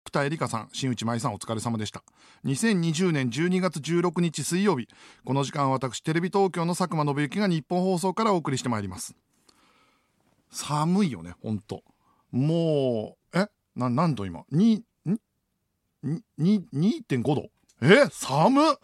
福田絵梨香さん、新内舞さん、お疲れ様でした。2020年12月16日水曜日、この時間は私テレビ東京の佐久間信之が日本放送からお送りしてまいります。寒いよね、ほんと。もう何度今 2.5 度。寒っ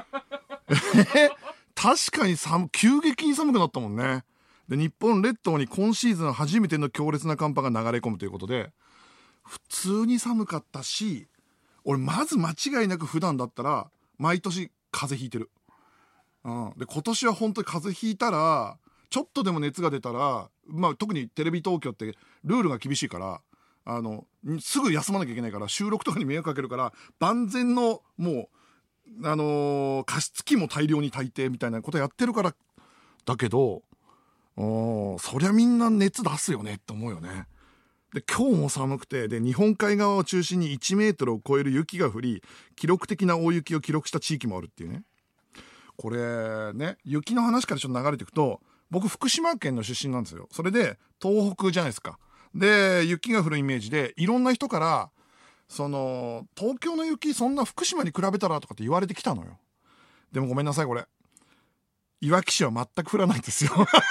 確かに急激に寒くなったもんね。で、日本列島に今シーズン初めての強烈な寒波が流れ込むということで、普通に寒かったし、俺まず間違いなく普段だったら毎年風邪ひいてる。で、今年は本当に風邪ひいたら、ちょっとでも熱が出たら、特にテレビ東京ってルールが厳しいから、すぐ休まなきゃいけないから、収録とかに迷惑かけるから、万全のもう加湿器も大量に炊いてみたいなことやってるから。だけどそりゃみんな熱出すよねって思うよね。で、今日も寒くて、で、日本海側を中心に1メートルを超える雪が降り、記録的な大雪を記録した地域もあるっていうね。これね、雪の話からちょっと流れていくと、僕福島県の出身なんですよ。それで東北じゃないですか。で、雪が降るイメージで、いろんな人から東京の雪そんな福島に比べたらとかって言われてきたのよ。でもごめんなさい、これいわき市は全く降らないんですよ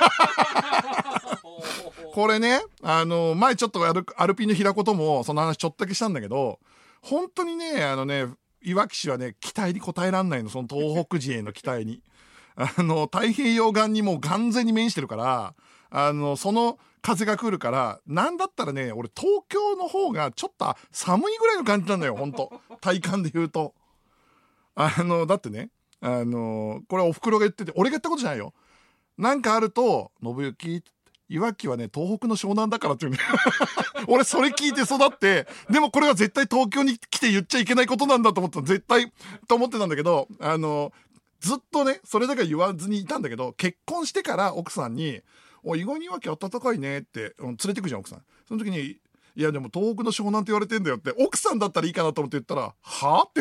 これね、前ちょっとアルピーの平子ともその話ちょっとだけしたんだけど、本当にね、いわき市はね、期待に応えらんないの、その東北人への期待に。太平洋岸にもう完全に面してるから、その風が来るから、なんだったらね、俺東京の方がちょっと寒いぐらいの感じなんだよ、ほんと。体感で言うと。だってね、これお袋が言ってて、俺が言ったことじゃないよ。なんかあると、信行、いわきはね、東北の湘南だからっていうね。俺それ聞いて育って、でもこれは絶対東京に来て言っちゃいけないことなんだと思った、絶対と思ってたんだけど、ずっとね、それだけは言わずにいたんだけど、結婚してから奥さんに、意外にいわき暖かいねって、連れてくじゃん、奥さん。その時に、いやでも東北の湘南って言われてんだよって、奥さんだったらいいかなと思って言ったら、はぁって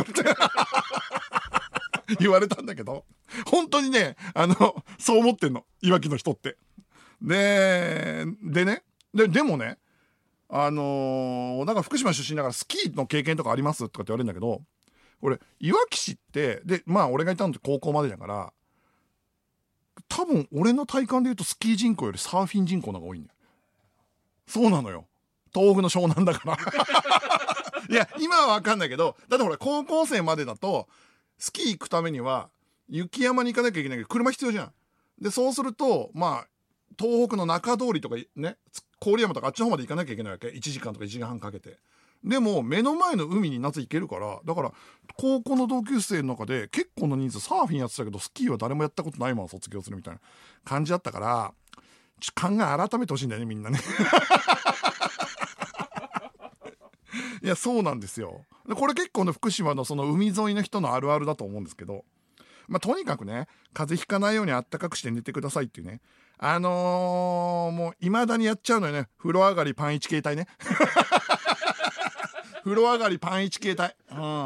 言われたんだけど、本当にね、そう思ってんの、いわきの人って。でね、でもね、なんか福島出身だからスキーの経験とかありますとかって言われるんだけど、俺いわき市ってで、俺がいたのって高校までだから、多分俺の体感で言うとスキー人口よりサーフィン人口の方が多いんだよ。そうなのよ、東北の湘南だからいや今は分かんないけど、だってほら高校生までだとスキー行くためには雪山に行かなきゃいけないけど車必要じゃん。でそうすると東北の中通りとかね、郡山とかあっちの方まで行かなきゃいけないわけ。1時間とか1時間半かけて。でも目の前の海に夏行けるから、だから高校の同級生の中で結構の人数サーフィンやってたけど、スキーは誰もやったことないまま卒業するみたいな感じだったから、考え改めてほしいんだよね、みんなねいやそうなんですよ。これ結構ね、福島のその海沿いの人のあるあるだと思うんですけど、とにかくね、風邪ひかないようにあったかくして寝てくださいっていうね。もう未だにやっちゃうのよね。風呂上がりパン1形態ね風呂上がりパン1形態、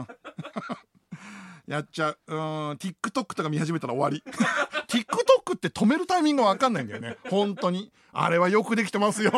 やっちゃう。TikTok とか見始めたら終わりTikTok って止めるタイミングが分かんないんだよね、本当に。あれはよくできてますよ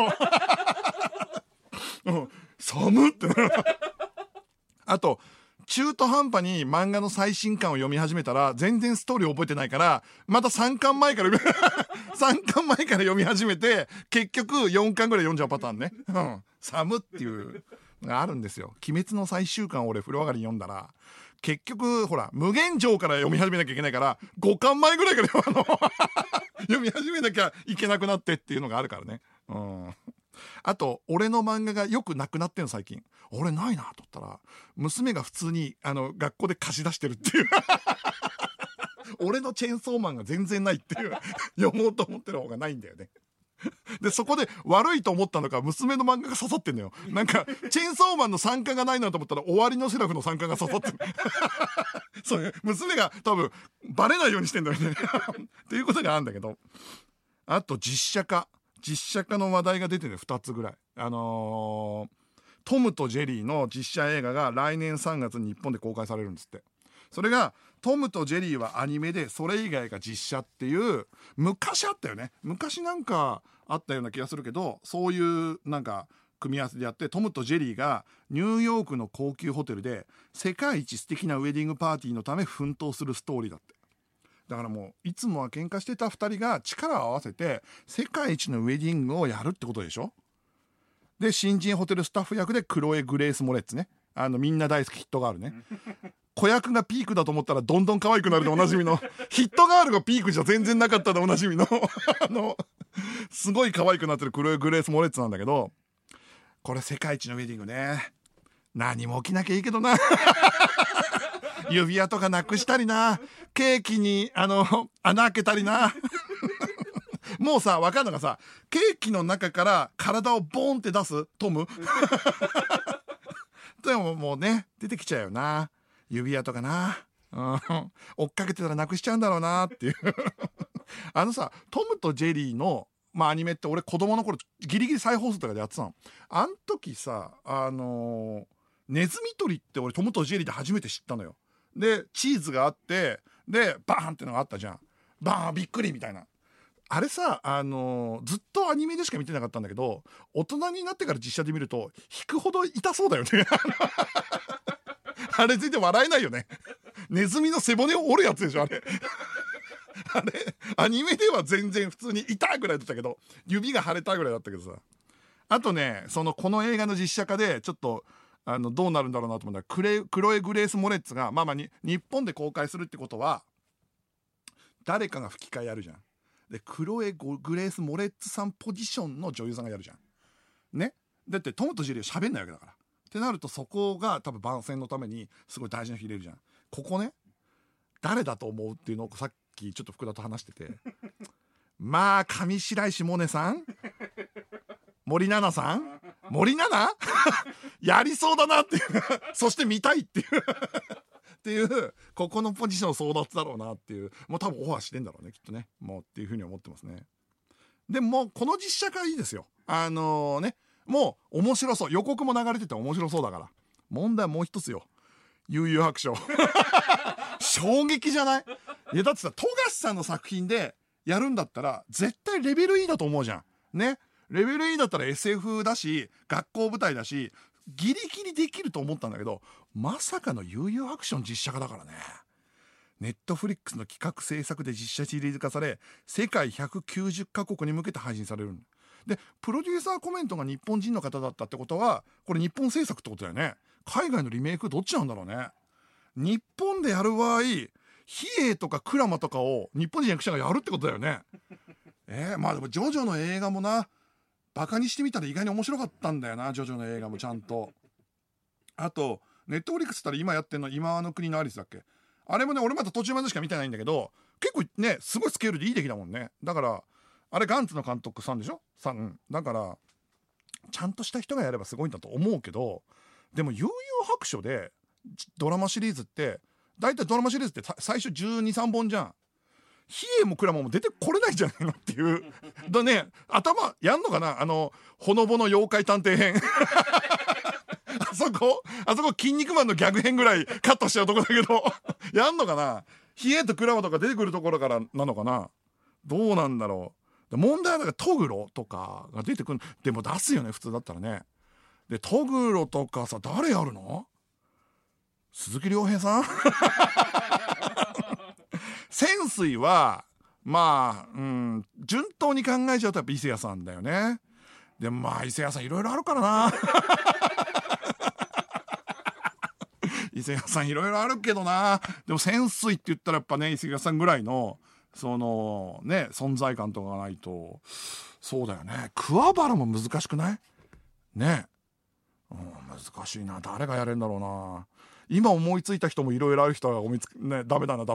寒ってあと中途半端に漫画の最新刊を読み始めたら全然ストーリー覚えてないから、また3巻前から読み始めて、結局4巻ぐらい読んじゃうパターンね。寒っていうのがあるんですよ。鬼滅の最終巻を俺風呂上がりに読んだら、結局ほら無限城から読み始めなきゃいけないから、5巻前ぐらいから読み始めなきゃいけなくなってっていうのがあるからね。あと俺の漫画がよくなくなってんの最近。俺ないなと思ったら、娘が普通に学校で貸し出してるっていう俺のチェーンソーマンが全然ないっていう読もうと思ってる方がないんだよねでそこで悪いと思ったのか、娘の漫画が刺さってんのよ。なんかチェーンソーマンの参加がないなと思ったら、終わりのセラフの参加が刺さってるそういう娘が多分バレないようにしてんだよねっていうことがあるんだけど、あと実写化の話題が出てる2つぐらい。トムとジェリーの実写映画が来年3月に日本で公開されるんですって。それがトムとジェリーはアニメで、それ以外が実写っていう、昔あったよね。昔なんかあったような気がするけど、そういうなんか組み合わせでやって、トムとジェリーがニューヨークの高級ホテルで世界一素敵なウェディングパーティーのため奮闘するストーリーだって。だからもういつもは喧嘩してた2人が力を合わせて世界一のウェディングをやるってことでしょ。で新人ホテルスタッフ役でクロエ・グレース・モレッツね、みんな大好きヒットガールね子役がピークだと思ったらどんどん可愛くなるでおなじみのヒットガールがピークじゃ全然なかったでおなじみのすごい可愛くなってるクロエ・グレース・モレッツなんだけど、これ世界一のウェディングね、何も起きなきゃいいけどな指輪とかなくしたりな、ケーキに穴開けたりなもうさ分かんのがさ、ケーキの中から体をボーンって出すトムでももうね出てきちゃうよな、指輪とかな、追っかけてたらなくしちゃうんだろうなっていうさトムとジェリーの、アニメって俺子供の頃ギリギリ再放送とかでやってたの。あん時さネズミ捕りって俺トムとジェリーで初めて知ったのよ。でチーズがあってでバーンってのがあったじゃん、バーンびっくりみたいな。あれさずっとアニメでしか見てなかったんだけど、大人になってから実写で見ると引くほど痛そうだよねあれ全然笑えないよねネズミの背骨を折るやつでしょあれあれアニメでは全然普通に痛いぐらいだったけど、指が腫れたぐらいだったけどさ。あとねこの映画の実写化でちょっとどうなるんだろうなと思ったら、クロエ・グレース・モレッツが日本で公開するってことは誰かが吹き替えやるじゃん。でクロエ・グレース・モレッツさんポジションの女優さんがやるじゃんね。だってトムとジェリーは喋んないわけだからってなると、そこが多分番宣のためにすごい大事な人入れるじゃん。ここね誰だと思うっていうのをさっきちょっと福田と話してて上白石萌音さん、森七菜さん、森七菜やりそうだなっていうそして見たいっていうっていうここのポジション争奪だろうなっていう、もう多分オファーしてんだろうねきっとね、もうっていうふうに思ってますね。でもこの実写化いいですよ。もう面白そう、予告も流れてて面白そうだから。問題はもう一つよ、悠々白書衝撃じゃない？いやだってさ富樫さんの作品でやるんだったら絶対レベル E だと思うじゃんね。レベル E だったら SF だし学校舞台だしギリギリできると思ったんだけど、まさかの悠々白書の実写化だからね。ネットフリックスの企画制作で実写シリーズ化され、世界190カ国に向けて配信される。でプロデューサーコメントが日本人の方だったってことはこれ日本制作ってことだよね。海外のリメイクどっちなんだろうね。日本でやる場合比叡とかクラマとかを日本人役者がやるってことだよねでもジョジョの映画もなバカにしてみたら意外に面白かったんだよな、ジョジョの映画もちゃんと。あとネットフリックスったら今やってんの今和の国のアリスだっけ、あれもね俺まだ途中までしか見てないんだけど結構ねすごいスケールでいい出来だもんね。だからあれガンツの監督さんでしょさん、だからちゃんとした人がやればすごいんだと思うけど、でも悠々白書でドラマシリーズって大体ドラマシリーズって最初12、3本じゃん。比叡もクラマも出てこれないんじゃないのっていうだね。頭やんのかなほのぼの妖怪探偵編あそこ筋肉マンのギャグ編ぐらいカットしちゃうとこだけどやんのかな。比叡とクラマとか出てくるところからなのかな、どうなんだろう。問題はだからトグロとかが出てくる。でも出すよね普通だったらね。でトグロとかさ誰やるの？鈴木亮平さん潜水は順当に考えちゃうとやっぱ伊勢谷さんだよね。でも伊勢谷さんいろいろあるからな伊勢谷さんいろいろあるけどな。でも潜水って言ったらやっぱね伊勢谷さんぐらいの存在感とかがないと。そうだよね。桑原も難しくないね。難しいな。誰がやれんだろうな。今思いついた人もいろいろある人はダメだな多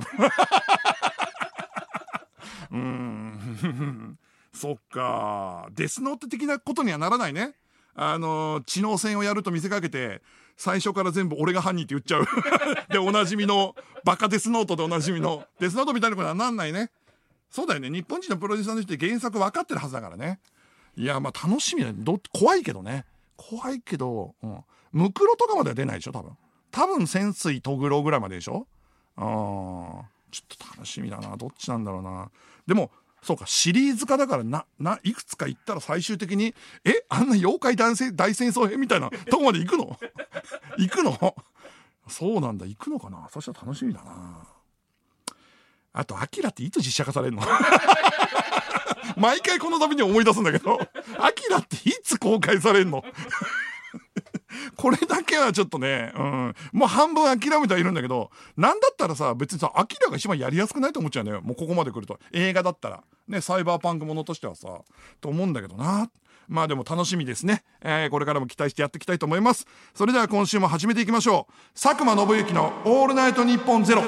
分そっか。デスノート的なことにはならないね。知能戦をやると見せかけて最初から全部俺が犯人って言っちゃうでおなじみのバカデスノートでおなじみのデスノートみたいなことはなんないね。そうだよね。日本人のプロデューサーの人って原作分かってるはずだからね。いや楽しみだね。怖いけどね。怖いけど、ムクロとかまでは出ないでしょ多分潜水トグロぐらいまででしょ。ちょっと楽しみだな。どっちなんだろうな。でもそうか、シリーズ化だからいくつか行ったら最終的にあんな妖怪大戦争編みたいなとこまで行くの行くの？そうなんだ、行くのかな。そしたら楽しみだな。あとアキラっていつ実写化されるの？毎回この度に思い出すんだけど、アキラっていつ公開されるの？これだけはちょっとね、もう半分諦めてはいるんだけど、なんだったらさ、別にさ、アキラが一番やりやすくないと思っちゃうんだよ。もうここまで来ると。映画だったら。ね、サイバーパンクものとしてはさ、と思うんだけどな。まあでも楽しみですね。これからも期待してやっていきたいと思います。それでは今週も始めていきましょう。佐久間信之のオールナイトニッポンゼロ。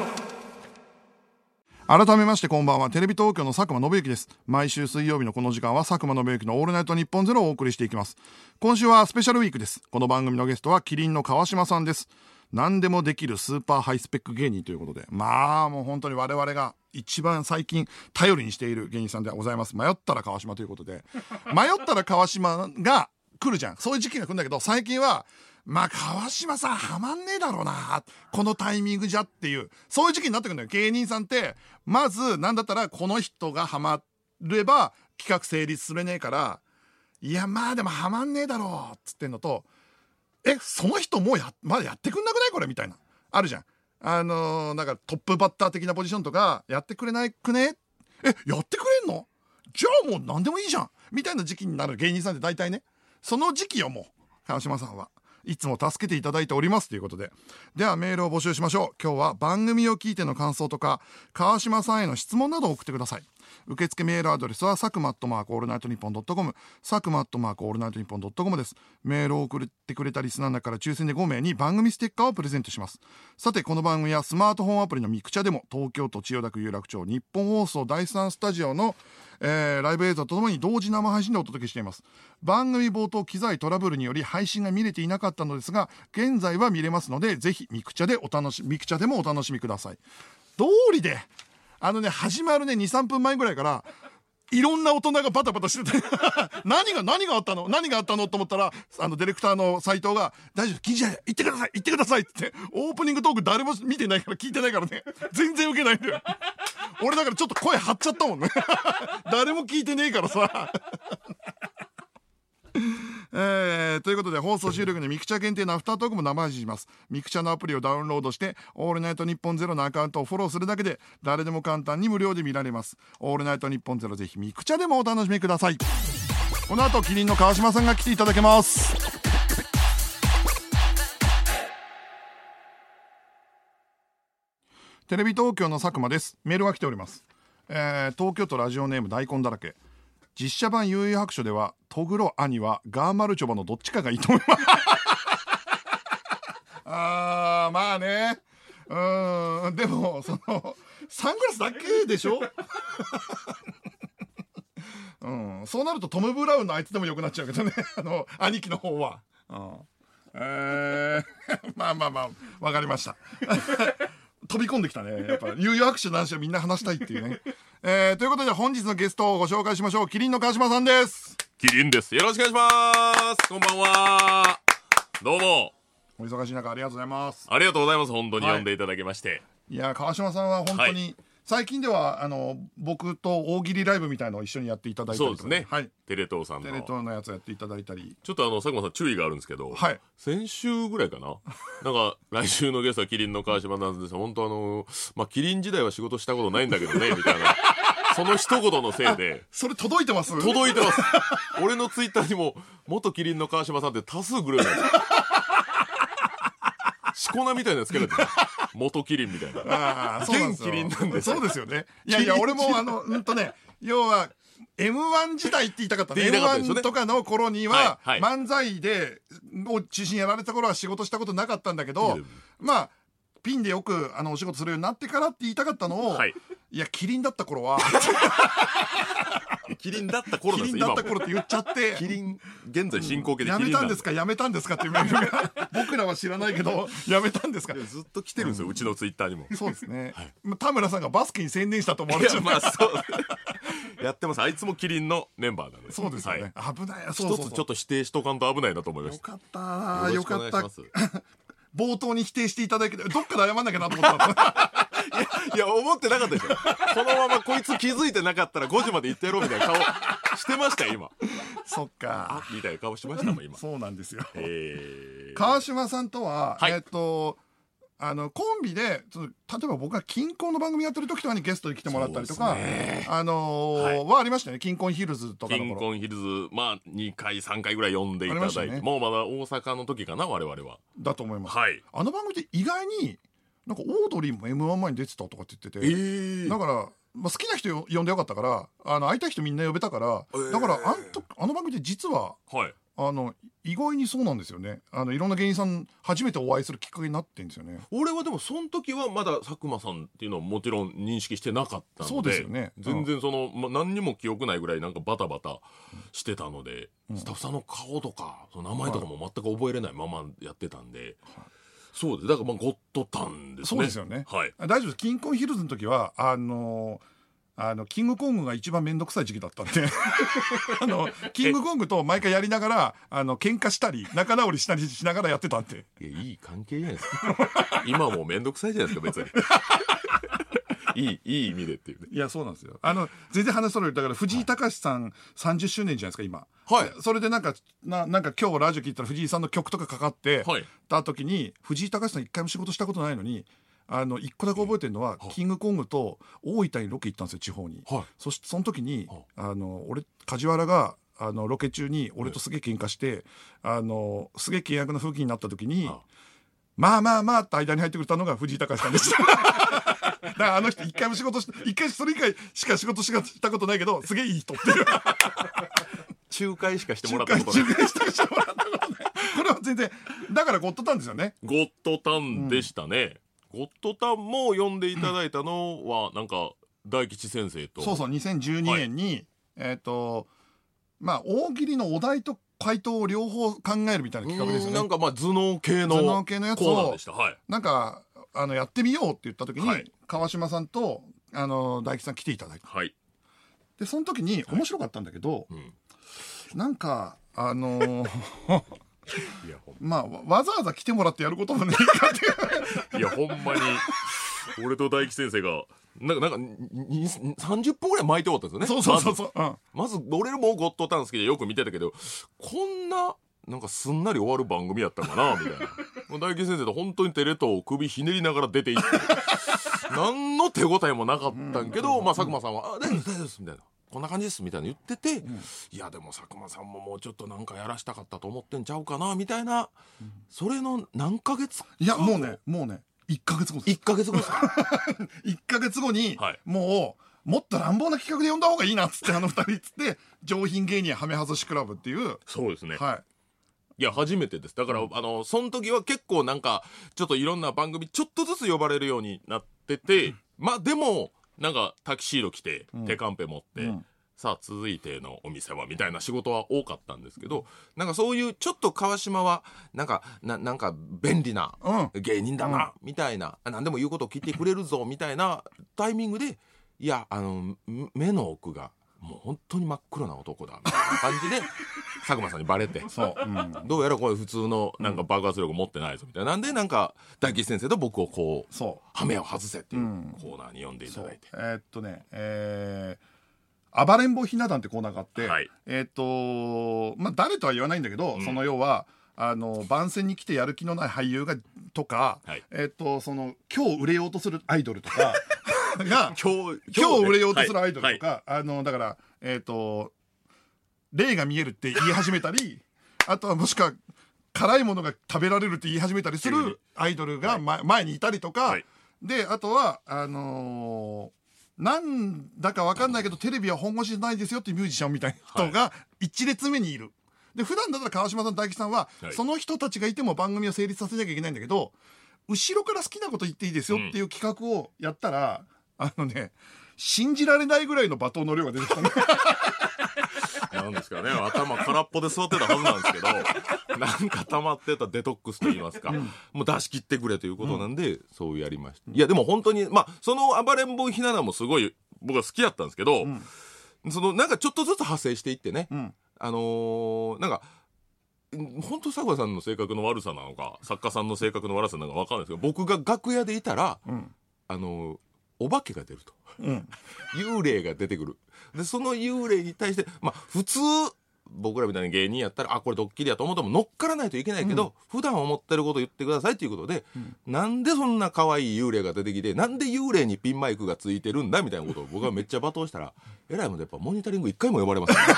改めましてこんばんは。テレビ東京の佐久間信之です。毎週水曜日のこの時間は佐久間信之のオールナイトニッポンゼロをお送りしていきます。今週はスペシャルウィークです。この番組のゲストはキリンの川島さんです。何でもできるスーパーハイスペック芸人ということで、まあもう本当に我々が一番最近頼りにしている芸人さんではございます。迷ったら川島ということで、迷ったら川島が来るじゃん。そういう時期が来るんだけど、最近はまあ川島さんハマんねえだろうな、このタイミングじゃっていう、そういう時期になってくるんだよ。芸人さんってまずなんだったらこの人がハマれば企画成立するねえから、いやまあでもハマんねえだろうっつってんのと、その人もうまだやってくんなくないこれみたいなあるじゃん。なんかトップバッター的なポジションとかやってくれないくね、やってくれんの？じゃあもう何でもいいじゃんみたいな時期になる芸人さんって大体ね、その時期をもう川島さんはいつも助けていただいておりますということで、ではメールを募集しましょう。今日は番組を聞いての感想とか川島さんへの質問などを送ってください。受付メールアドレスは佐久間@オールナイトニッポン.com、佐久間@オールナイトニッポン.comです。メールを送ってくれたリスナーの中から抽選で5名に番組ステッカーをプレゼントします。さてこの番組はスマートフォンアプリのミクチャでも東京都千代田区有楽町日本放送第3スタジオのライブ映像とともに同時生配信でお届けしています。番組冒頭機材トラブルにより配信が見れていなかったのですが、現在は見れますのでぜひミクチャでもお楽しみください。通りで始まるね 2,3 分前ぐらいからいろんな大人がバタバタしてて何があったのと思ったら、ディレクターの斉藤が大丈夫、気にしないで行ってくださいってオープニングトーク誰も見てないから聞いてないからね、全然ウケないんだよ。俺だからちょっと声張っちゃったもんね誰も聞いてねえからさということで放送終了後にミクチャ限定のアフタートークも生配信します。ミクチャのアプリをダウンロードしてオールナイトニッポンゼロのアカウントをフォローするだけで誰でも簡単に無料で見られます。オールナイトニッポンゼロ、ぜひミクチャでもお楽しみください。この後キリンの川島さんが来ていただけます。テレビ東京の佐久間です。メールが来ております。東京都ラジオネーム大根だらけ。実写版幽遊白書ではトグロ兄はガーマルチョバのどっちかがいいと思いますまあね、でもそのサングラスだけでしょそうなるとトム・ブラウンのあいつでもよくなっちゃうけどね兄貴の方は、まあわかりました飛び込んできたね。やっぱ幽遊白書の話をみんな話したいっていうねということで本日のゲストをご紹介しましょう。キリンの川島さんです。 キリンです。よろしくお願いします。こんばんは。どうもお忙しい中ありがとうございます。 ありがとうございます。本当に呼んでいただきまして、 いや川島さんは本当に、最近では僕と大喜利ライブみたいのを一緒にやっていただいたりとか、 そうですね、テレ東さんのやつをやっていただいたり、 ちょっと佐久間さん注意があるんですけど、先週ぐらいかななんか来週のゲストはキリンの川島なんです。本当キリン時代は仕事したことないんだけどねみたいなその一言のせいでそれ届いてます。 俺のツイッターにも元キリンの川島さんって多数グループなんですしこ名みたいなのつけられてる元キリンみたいな。現キリンなんです。 そうですよね。いや俺も要は M1 時代って言いたかったね。M1 とかの頃には漫才でを中心にやられた頃は仕事したことなかったんだけど、ピンでよくお仕事するようになってからって言いたかったのを、いやキリンだった頃はキリンだった頃ですキリンだった頃って言っちゃってキリン現在進行形でキリンやめたんですかっていうメールが僕らは知らないけどやめたんですか。 ずっと来てるんですよ、うちのツイッターにも。 そうですね、田村さんがバスケに専念したと思われちゃう。 そうやってます。あいつもキリンのメンバーなんで。 そうですよね、危ない。 一つちょっと指定しとかんと危ないなと思いました。 よかった冒頭に否定していただいてどっかで謝んなきゃなと思ったんですいや思ってなかったでしょ。そのままこいつ気づいてなかったら5時まで行ってやろうみたいな顔してましたよ今。 そっかみたいな顔してましたもん今。 そうなんですよ。川島さんとは、はい、コンビで例えば僕が金婚の番組やってる時とかにゲストで来てもらったりとか、はありましたね。金婚ヒルズとかの頃。 金婚ヒルズまあ2回3回ぐらい呼んでいただいて、ね、もうまだ大阪の時かな我々は。 だと思います。 はい、 あの番組って意外になんかオードリーも M1 前に出てたとかって言ってて、だから、好きな人呼んでよかったから会いたい人みんな呼べたから、だからあの番組で実は、はい、意外にそうなんですよね。いろんな芸人さん初めてお会いするきっかけになってるんですよね。 俺はでもその時はまだ佐久間さんっていうのはもちろん認識してなかったので、 そうですよね、 全然何にも記憶ないぐらいなんかバタバタしてたので、スタッフさんの顔とかその名前とかも全く覚えれないままやってたんで、そうです。だからゴッドタンですね。 そうですよね。 はい。 大丈夫です。金婚ヒルズの時はキングコングが一番面倒くさい時期だったんでキングコングと毎回やりながら喧嘩したり仲直りしたりしながらやってたんで。 いい関係じゃないですか。今はもう面倒くさいじゃないですか別に。いい意味でっていう、ね、 いやそうなんですよ。全然話それる。だから藤井隆さん30周年じゃないですか今。 はい。 それでなんか今日ラジオ聞いたら藤井さんの曲とかかかってた時に、藤井隆さん一回も仕事したことないのに一個だけ覚えてるのは、キングコングと大分にロケ行ったんですよ地方に。そしてその時に俺梶原がロケ中に俺とすげえ喧嘩してすげえ険悪な風紀になった時にまあまあまあって間に入ってくれたのが藤井隆さんでした。だからあの人一回も仕事一回それ以外しか仕事したことないけどすげえいい人っていう仲介しかしてもらったことない。 仲介しかしてもらったことない。これは全然だからゴッドタンですよね。 ゴッドタンでしたね。ゴッドタンも呼んでいただいたのはなんか大吉先生と、 そう2012年に、まあ大喜利のお題と回答を両方考えるみたいな企画ですよね。 なんかまあ頭脳系のやつをなんかやってみようって言った時に、川島さんと大吉さん来ていただいて、でその時に面白かったんだけど、なんかまあわざわざ来てもらってやることもねえかっていやほんまに俺と大吉先生がなんか30分ぐらい巻いて終わったんですよね。 そう、 まず俺もゴッドタン好きでよく見てたけど、こんななんかすんなり終わる番組やったかなみたいな。大吉先生と本当にテレ東首ひねりながら出ていって何の手応えもなかったんけど、佐久間さんは「大丈夫です」みたいな。こんな感じですみたいな言ってて、いやでも佐久間さんももうちょっとなんかやらしたかったと思ってんちゃうかなみたいな、それの何ヶ月か。 いやもうね1ヶ月後です。 1ヶ月後ですか 1ヶ月後に、もっと乱暴な企画で呼んだ方がいいなっつって2人っつって上品芸人はめ外しクラブっていう。 そうですね。いや初めてです。だからその時は結構なんかちょっといろんな番組ちょっとずつ呼ばれるようになってて、まあでもなんかタキシード着て、手カンペ持って、さあ続いてのお店はみたいな仕事は多かったんですけど、なんかそういうちょっと川島はなんか便利な芸人だな、みたいな、何でも言うことを聞いてくれるぞみたいなタイミングで、いや目の奥がもう本当に真っ黒な男だみたいな感じで佐久間さんにバレてどうやらこれ普通のなんか爆発力持ってないぞみたいなんで、なんか大吉先生と僕をこうハメを外せっていうコーナーに呼んでいただいて、 暴れん坊ひな壇ってコーナーがあって、まあ誰とは言わないんだけど、その要は番宣に来てやる気のない俳優がとか、その今日売れようとするアイドルとかが今日売れようとするアイドルとか、だから霊が見えるって言い始めたりあとはもしくは辛いものが食べられるって言い始めたりするアイドルが前にいたりとか、であとはなんだか分かんないけどテレビは本腰じゃないですよっていうミュージシャンみたいな人が一列目にいる。で普段だったら川島さん大吉さんは、その人たちがいても番組を成立させなきゃいけないんだけど、後ろから好きなこと言っていいですよっていう企画をやったら、信じられないぐらいの罵倒の量が出てきたね。 なんですかね、頭空っぽで座ってたはずなんですけどなんか溜まってたデトックスと言いますか、もう出し切ってくれということなんで、そうやりました。いやでも本当にその暴れん坊ひな壇もすごい僕は好きだったんですけど、そのなんかちょっとずつ派生していってね、なんか本当佐久間さんの性格の悪さなのか作家さんの性格の悪さなのか分かんないですけど、僕が楽屋でいたら、 お化けが出ると、幽霊が出てくる。でその幽霊に対して普通僕らみたいな芸人やったらこれドッキリやと思っても乗っからないといけないけど、普段思ってることを言ってくださいということで、なんでそんな可愛い幽霊が出てきて、なんで幽霊にピンマイクがついてるんだみたいなことを僕はめっちゃ罵倒したら、えらいもんでやっぱモニタリング1回も呼ばれますね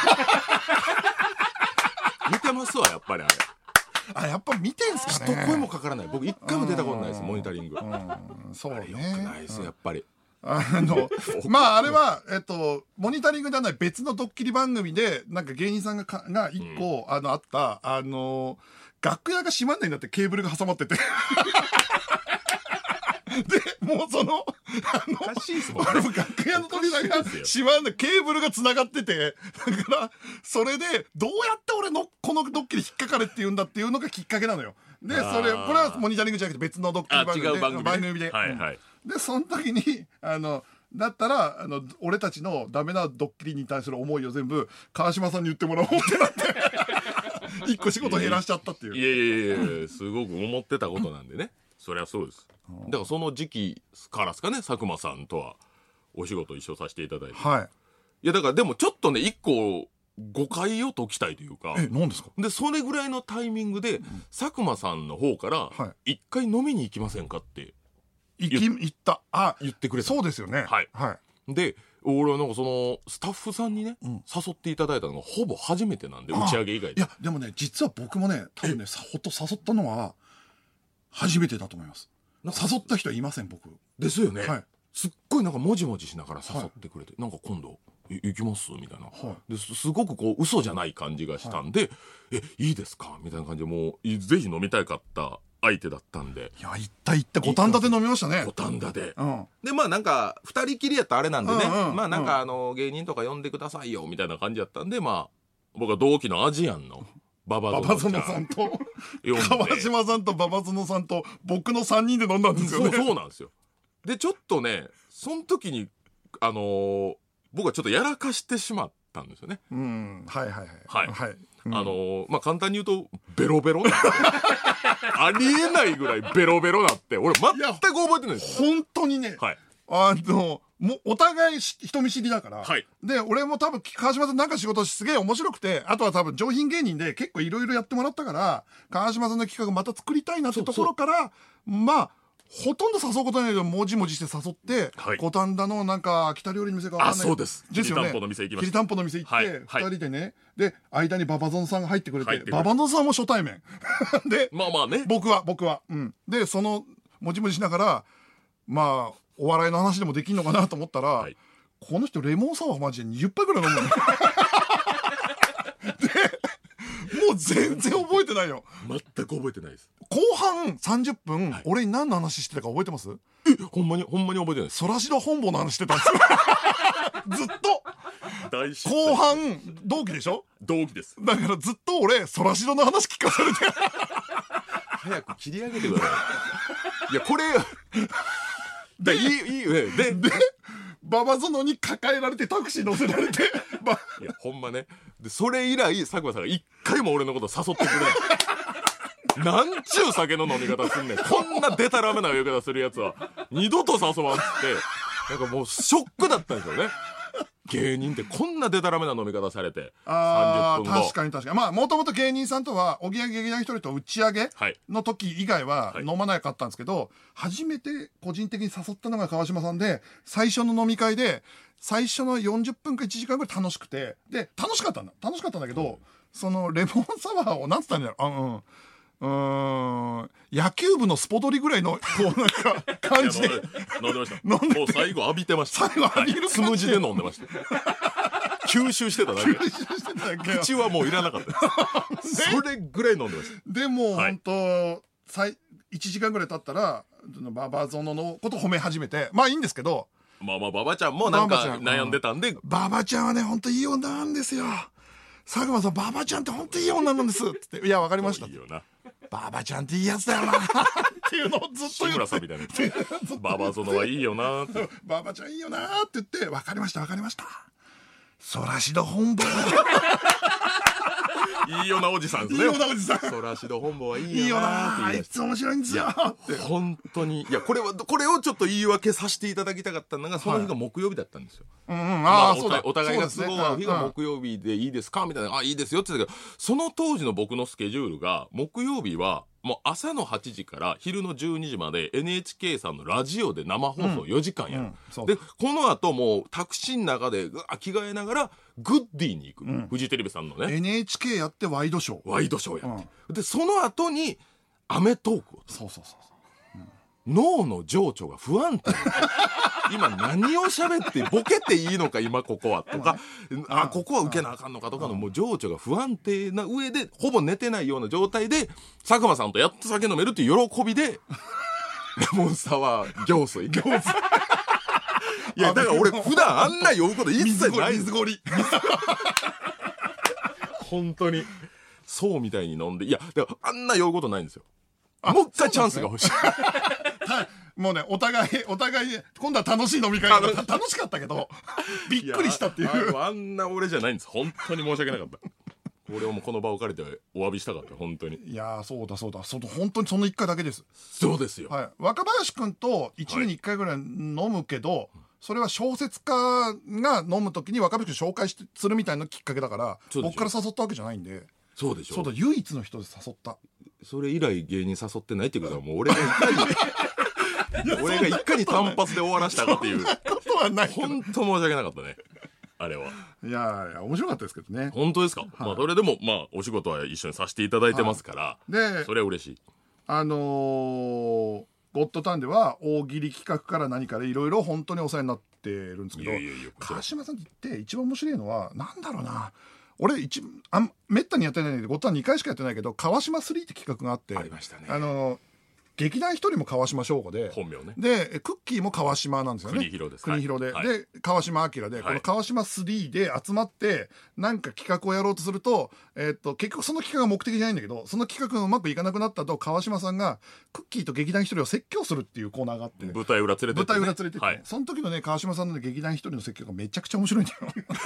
見てますわやっぱりあれ。 やっぱ見てんすかね。 一声もかからない。僕1回も出たことないですモニタリング。 そうね。 よくないですやっぱり。 あれはモニタリングではない別のドッキリ番組でなんか芸人さんが1個あった楽屋が閉まんないんだって、ケーブルが挟まっててでもうそのおかしいっすもんね。 楽屋の扉が閉まんない、ケーブルがつながってて、だからそれでどうやって俺のこのドッキリ引っかかれって言うんだっていうのがきっかけなのよ。でこれはモニタリングじゃなくて別のドッキリ番組で、でその時にだったら俺たちのダメなドッキリに対する思いを全部川島さんに言ってもらおうってなって一個仕事減らしちゃったっていう。 いやすごく思ってたことなんでねそりゃそうです。だからその時期からですかね、佐久間さんとはお仕事一緒させていただいて、いやだからでもちょっとね一個誤解を解きたいというか。 何ですか。 でそれぐらいのタイミングで、佐久間さんの方から一回飲みに行きませんかって言った言ってくれた。 そうですよね。 で俺はなんかそのスタッフさんにね、誘っていただいたのがほぼ初めてなんで、打ち上げ以外で。 いやでもね実は僕もね多分ねほっと誘ったのは初めてだと思います。誘った人はいません僕。 ですよね。すっごいなんかもじもじしながら誘ってくれて、なんか今度行きますみたいな、ですごくこう嘘じゃない感じがしたんで、いいですかみたいな感じで、もうぜひ飲みたかった相手だったんで。 いや行った五反田で飲みましたね。 五反田で、でなんか2人きりやったらあれなんでね、なんか芸人とか呼んでくださいよみたいな感じやったんで、僕は同期のアジアンの馬場園さんと川島さんと馬場園さんと僕の3人で飲んだんですよね。 そうなんですよ。でちょっとねその時に僕はちょっとやらかしてしまったんですよね。簡単に言うとベロベロありえないぐらいベロベロなって俺全く覚えてないです。 本当にね、もうお互い人見知りだから、で俺も多分川島さんなんか仕事すげえ面白くて、あとは多分上品芸人で結構いろいろやってもらったから、川島さんの企画また作りたいなってところからほとんど誘うことないけどもじもじして誘って、五反田のなんか北料理の店か分かんない。 そうですきりたんぽの店行きました。 きりたんぽの店行って2人でね、で間に馬場園さんが入ってくれて、馬場園さんも初対面でね僕はでそのもじもじしながらお笑いの話でもできんのかなと思ったら、この人レモンサワーマジで20杯ぐらい飲んだのでもう全然覚えてないよ。 全く覚えてないです。 後半30分、俺に何の話してたか覚えてます？ ほんまに覚えてないです。 そらしど本坊の話してたんですよずっと後半同期でしょ。 同期です。 だからずっと俺そらしどの話聞かされて早く切り上げてください。いやこれいいで馬場園に抱えられてタクシー乗せられていやほんまね。でそれ以来佐久間さんが一回も俺のこと誘ってくれないなんちゅう酒の飲み方すんねん、こんなデタラメな呼び方するやつは二度と誘わんっつって、なんかもうショックだったんですよね。芸人ってこんなデタラメな飲み方されて30分後。 確かにもともと芸人さんとはおぎやはぎ劇団ひとりと打ち上げの時以外は飲まなかったんですけど、初めて個人的に誘ったのが川島さんで、最初の飲み会で最初の40分か1時間ぐらい楽しくて、で楽しかったんだけど、そのレモンサワーをなんつったんだろう、野球部のスポドリぐらいのこうなんか感じで飲んでました。もう最後浴びてました。 最後浴びる感じでつむじで飲んでました吸収してただけ。口はもういらなかったです。それぐらい飲んでました。 でも本当1時間ぐらい経ったら馬場園のこと褒め始めて、いいんですけど、 馬場ちゃんもなんか悩んでたんで、 馬場ちゃんはね本当いい女なんですよ。佐久間さん馬場ちゃんって本当いい女なんですって。いや分かりました。いいよな。馬場ちゃんっていいやつだよなっていうのをずっと言って。志村さんみたいな。馬場園はいいよなって。馬場ちゃんいいよなって言って、分かりました。そらしど本坊。いいいよなおじさんですね。 いいよなおじさん。 ソラシド本坊はいいいいよよなな、あいつ面白いんですよって。 本当に。いや、これをちょっと言い訳させていただきたかったのが、その日が木曜日だったんですよ。お互いが都合が合う日が木曜日でいいですかみたいな。あ、いいですよって言ってたけど、その当時の僕のスケジュールが、木曜日は、もう朝の8時から昼の12時まで NHK さんのラジオで生放送4時間やる。で、この後もうタクシーの中で着替えながらグッディに行く。フジテレビさんのね。 NHK やってワイドショーやって。で、その後にアメトークを。 そう。 脳の情緒が不安定。今何を喋ってボケていいのか今ここはとか、ここは受けなあかんのかとかのもう情緒が不安定な上でほぼ寝てないような状態で佐久間さんとやっと酒飲めるっていう喜びでレモンサワー行水いやだから俺普段あんな酔うこと一切ない。 水ごり本当にそうみたいに飲んで、いやだからあんな酔うことないんですよ。もう一回チャンスが欲しい。 もうね、お互い今度は楽しい飲み会が楽しかったけどびっくりしたっていう。 あんな俺じゃないんです。本当に申し訳なかった。俺はもうこの場を借りてお詫びしたかった。本当に。 いやそうだ本当にその1回だけです。 そうですよ。 はい、若林くんと1年に1回ぐらい飲むけど、それは小説家が飲むときに若林くん紹介するみたいなきっかけだから、僕から誘ったわけじゃないんで。 そうでしょ。 そうだ、唯一の人で誘った。 それ以来芸人誘ってないっていうことはもう俺がいかに単発で終わらしたかっていう。 ことはない。 本当申し訳なかったね。あれは。 いや面白かったですけどね。 本当ですか。まあそれでもまあお仕事は一緒にさせていただいてますから。で、それは嬉しい。 ゴッドタンでは大喜利企画から何かでいろいろ本当にお世話になってるんですけど、川島さんって一番面白いのはなんだろうな。俺めったにやってないんだけど、ゴッドタン2回しかやってないけど、川島3って企画があって、 ありましたね。 劇団一人も川島翔吾で、 本名ね。 でクッキーも川島なんですよね。 国広です。 国広で、で川島明で、この川島3で集まってなんか企画をやろうとすると、結局その企画が目的じゃないんだけど、その企画がうまくいかなくなったと川島さんがクッキーと劇団一人を説教するっていうコーナーがあって、 舞台裏連れてって、 その時のね川島さんの劇団一人の説教がめちゃくちゃ面白いんだよ。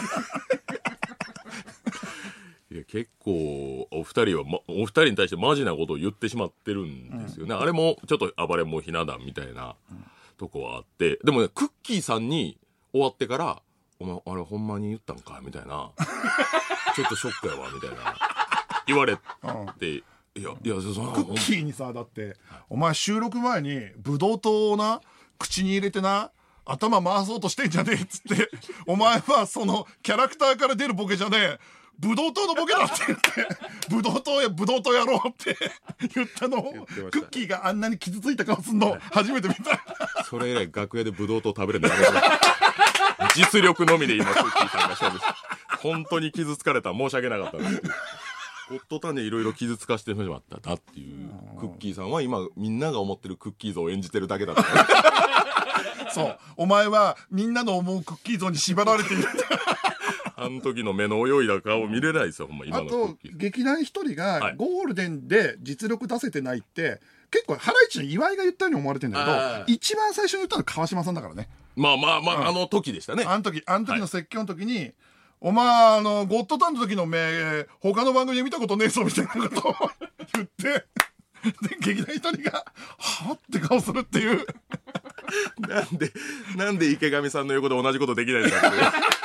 いや結構お二人に対してマジなことを言ってしまってるんですよね。あれもちょっと暴れん坊ひな壇みたいなとこはあって、でもねクッキーさんに終わってから「お前あれほんまに言ったんか」みたいなちょっとショックやわみたいな言われて、いやクッキーにさ、だってお前収録前にブドウ糖をな口に入れてな頭回そうとしてんじゃねえっつって、お前はそのキャラクターから出るボケじゃねえ、ブドウ糖のボケだって言ってブドウ糖やろうって言ったのをクッキーがあんなに傷ついた顔すんの初めて見た。 それ以来楽屋でブドウ糖食べれない。実力のみで今クッキーさんが勝負して、本当に傷つかれた、申し訳なかったなっていう。ゴッドタンでいろいろ傷つかしてしまっただっていうクッキーさんは今みんなが思ってるクッキー像を演じてるだけだった。 そう、お前はみんなの思うクッキー像に縛られている。 あの時の目の泳いだ顔見れないですよ、ほんま今のクッキー。 あと劇団一人がゴールデンで実力出せてないって、結構ハライチの岩井が言ったように思われてるんだけど、一番最初に言ったのは川島さんだからね。 まあ、あの時でしたね。 あの時の説教の時に、お前ゴッドタンの時の目他の番組で見たことねえぞみたいなことを言って、で劇団一人がはって顔するっていう。 なんで池上さんの横で同じことできないんだって。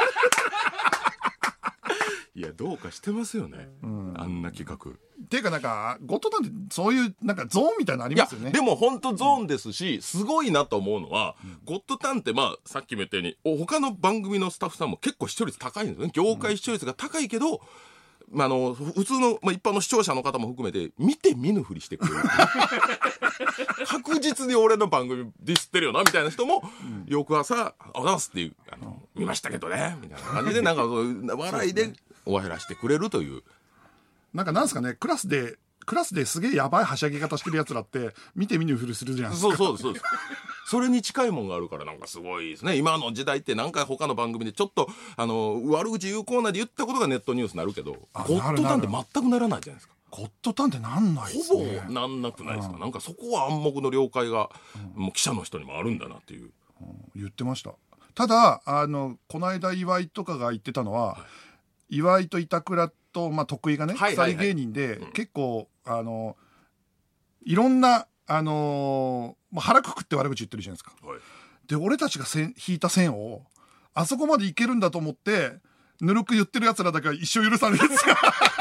いやどうかしてますよね、あんな企画っていうか、なんかゴッドタンってそういうなんかゾーンみたいなのありますよね。 いやでも本当ゾーンですし、すごいなと思うのは、ゴッドタンってまあさっきも言ったように他の番組のスタッフさんも結構視聴率高いんですよね。業界視聴率が高いけど、普通の、一般の視聴者の方も含めて見て見ぬふりしてくれる。確実に俺の番組ディスってるよなみたいな人も、翌朝「おはようございます」っていう見ましたけどねみたいな感じでなんか笑いで終わらしてくれるという。 なんすかね、クラスですげえやばいはしゃぎ方してるやつらって見て見ぬふりするじゃないですか。 そうです。それに近いもんがあるからなんかすごいですね。今の時代ってなんか他の番組でちょっと悪口言うコーナーで言ったことがネットニュースになるけど、ゴッドタンって全くならないじゃないですか。 ゴッドタンってなんないですね。 ほぼなんなくないですか。なんかそこは暗黙の了解が、もう記者の人にもあるんだなっていう、 言ってました。ただこの間岩井とかが言ってたのは、岩井と板倉まあ、得意がね、 はいはいはい鎖芸人で、結構いろんな腹くくって悪口言ってるじゃないですか。 はい、 で俺たちが引いた線をあそこまでいけるんだと思ってぬるく言ってるやつらだけは一生許さないんですよ。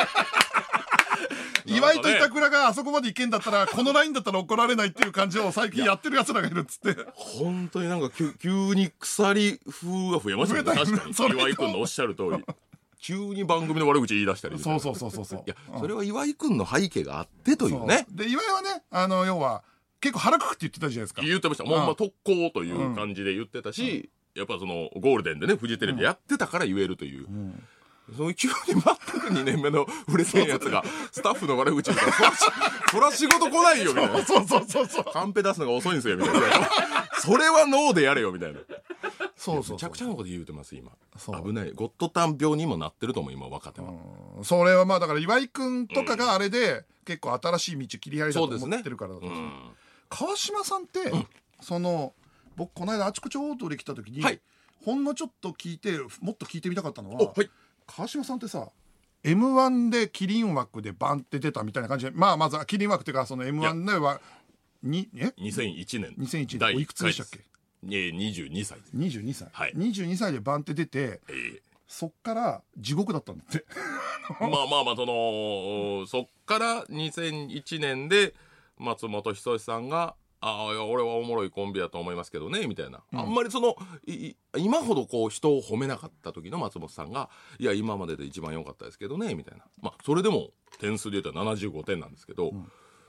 岩井と板倉があそこまでいけんだったらこのラインだったら怒られないっていう感じを最近やってるやつらがいるっつって。 本当になんか急に鎖風が増えましたね。確かに岩井君のおっしゃる通り急に番組の悪口言い出したり。 そういや、それは岩井君の背景があってというね。 で岩井はね要は結構腹くくって言ってたじゃないですか。 言ってました。もう特攻という感じで言ってたし、やっぱそのゴールデンでねフジテレビでやってたから言えるという、その急に全く2年目の売れてんやつがスタッフの悪口言うからそら仕事来ないよみたいな。 そうカンペ出すのが遅いんですよみたいな。それはノーでやれよみたいな。 そうめちゃくちゃなこと言うてます今。危ない。ゴッドタン病にもなってると思う今若手は。 それはまあだから岩井君とかがあれで結構新しい道切り開いたと思ってるからだと思うんですよ。川島さんって、僕この間あちこちオートで来た時に、ほんのちょっと聞いてもっと聞いてみたかったのは、川島さんってさ M1 でキリン枠でバンって出たみたいな感じで、まずはキリン枠っていうかその M1 では 2001 年おいくつでしたっけ ？22歳です。 22歳、22歳でバンって出て、そっから地獄だったんだってまあそっから2001年で松本人志さんが俺はおもろいコンビだと思いますけどねみたいな、あんまり今ほどこう人を褒めなかった時の松本さんがいや今までで一番良かったですけどねみたいな、それでも点数で言ったら75点なんですけど、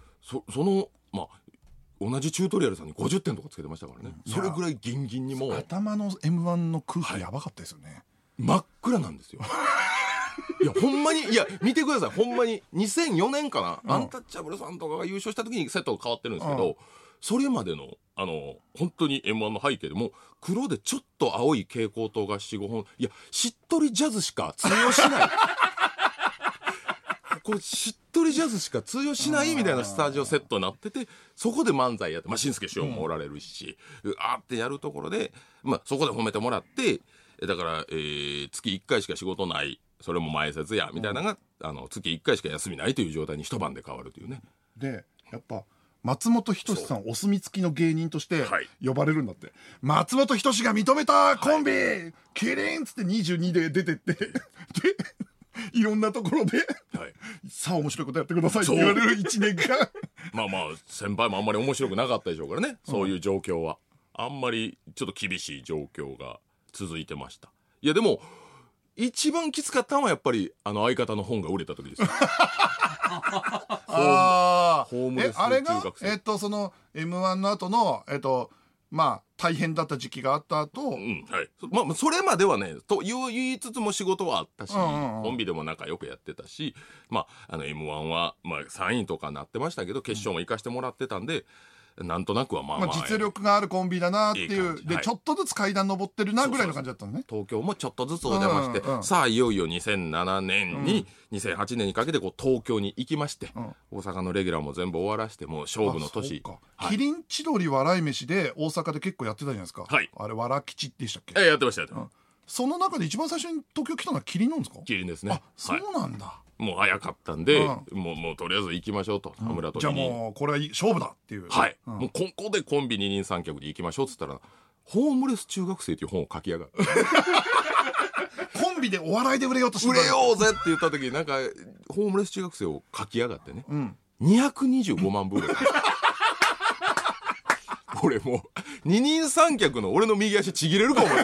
同じチュートリアルさんに50点とかつけてましたからね、それぐらいギンギンにも頭の M1 の空気やばかったですよね、 真っ暗なんですよ。いやほんまに見てください。ほんまに2004年かな、アンタッチャブルさんとかが優勝した時にセットが変わってるんですけど、それまでの本当に M1 の背景でも黒でちょっと青い蛍光灯が 4,5 本、いやしっとりジャズしか通用しないこれしっとりジャズしか通用しないみたいなスタジオセットになってて、そこで漫才やって、紳助師匠もおられるし、ってやるところで、そこで褒めてもらって、だから、月1回しか仕事ない、それも前説やみたいなのが、月1回しか休みないという状態に一晩で変わるというね。 でやっぱ松本人志さんお墨付きの芸人として呼ばれるんだって、松本人志が認めたコンビ、キリンっつって22で出てってでいろんなところで、さあ面白いことやってくださいって言われる1年間先輩もあんまり面白くなかったでしょうからね、そういう状況はあんまりちょっと厳しい状況が続いてました。いやでも一番きつかったのはやっぱり相方の本が売れた時ですよ。ホームレス中学生。 あれがその M1 の後の大変だった時期があった後、 それまではねと言いつつも仕事はあったし、コンビでも仲良くやってたし、M1 は3位とかなってましたけど決勝も行かしてもらってたんで、なんとなくは実力があるコンビだなっていうで、ちょっとずつ階段登ってるなぐらいの感じだったのね。 東京もちょっとずつお邪魔して、さあいよいよ2007年に、2008年にかけて東京に行きまして、大阪のレギュラーも全部終わらして、もう勝負の年。 キリン千鳥笑い飯で大阪で結構やってたじゃないですか。あれわら吉ってでしたっけ？ やってました。 その中で一番最初に東京来たのはキリンなんですか？ キリンですね。 そうなんだ。 もう早かったんで、もうとりあえず行きましょうと、田村と。 じゃあもうこれは勝負だっていう。 もうここでコンビ二人三脚で行きましょうっつったら、ホームレス中学生っていう本を書き上がる。 コンビでお笑いで売れようとして売れようぜって言った時になんかホームレス中学生を書き上がってね、225万部売れた。俺もう二人三脚の俺の右足ちぎれるか思う。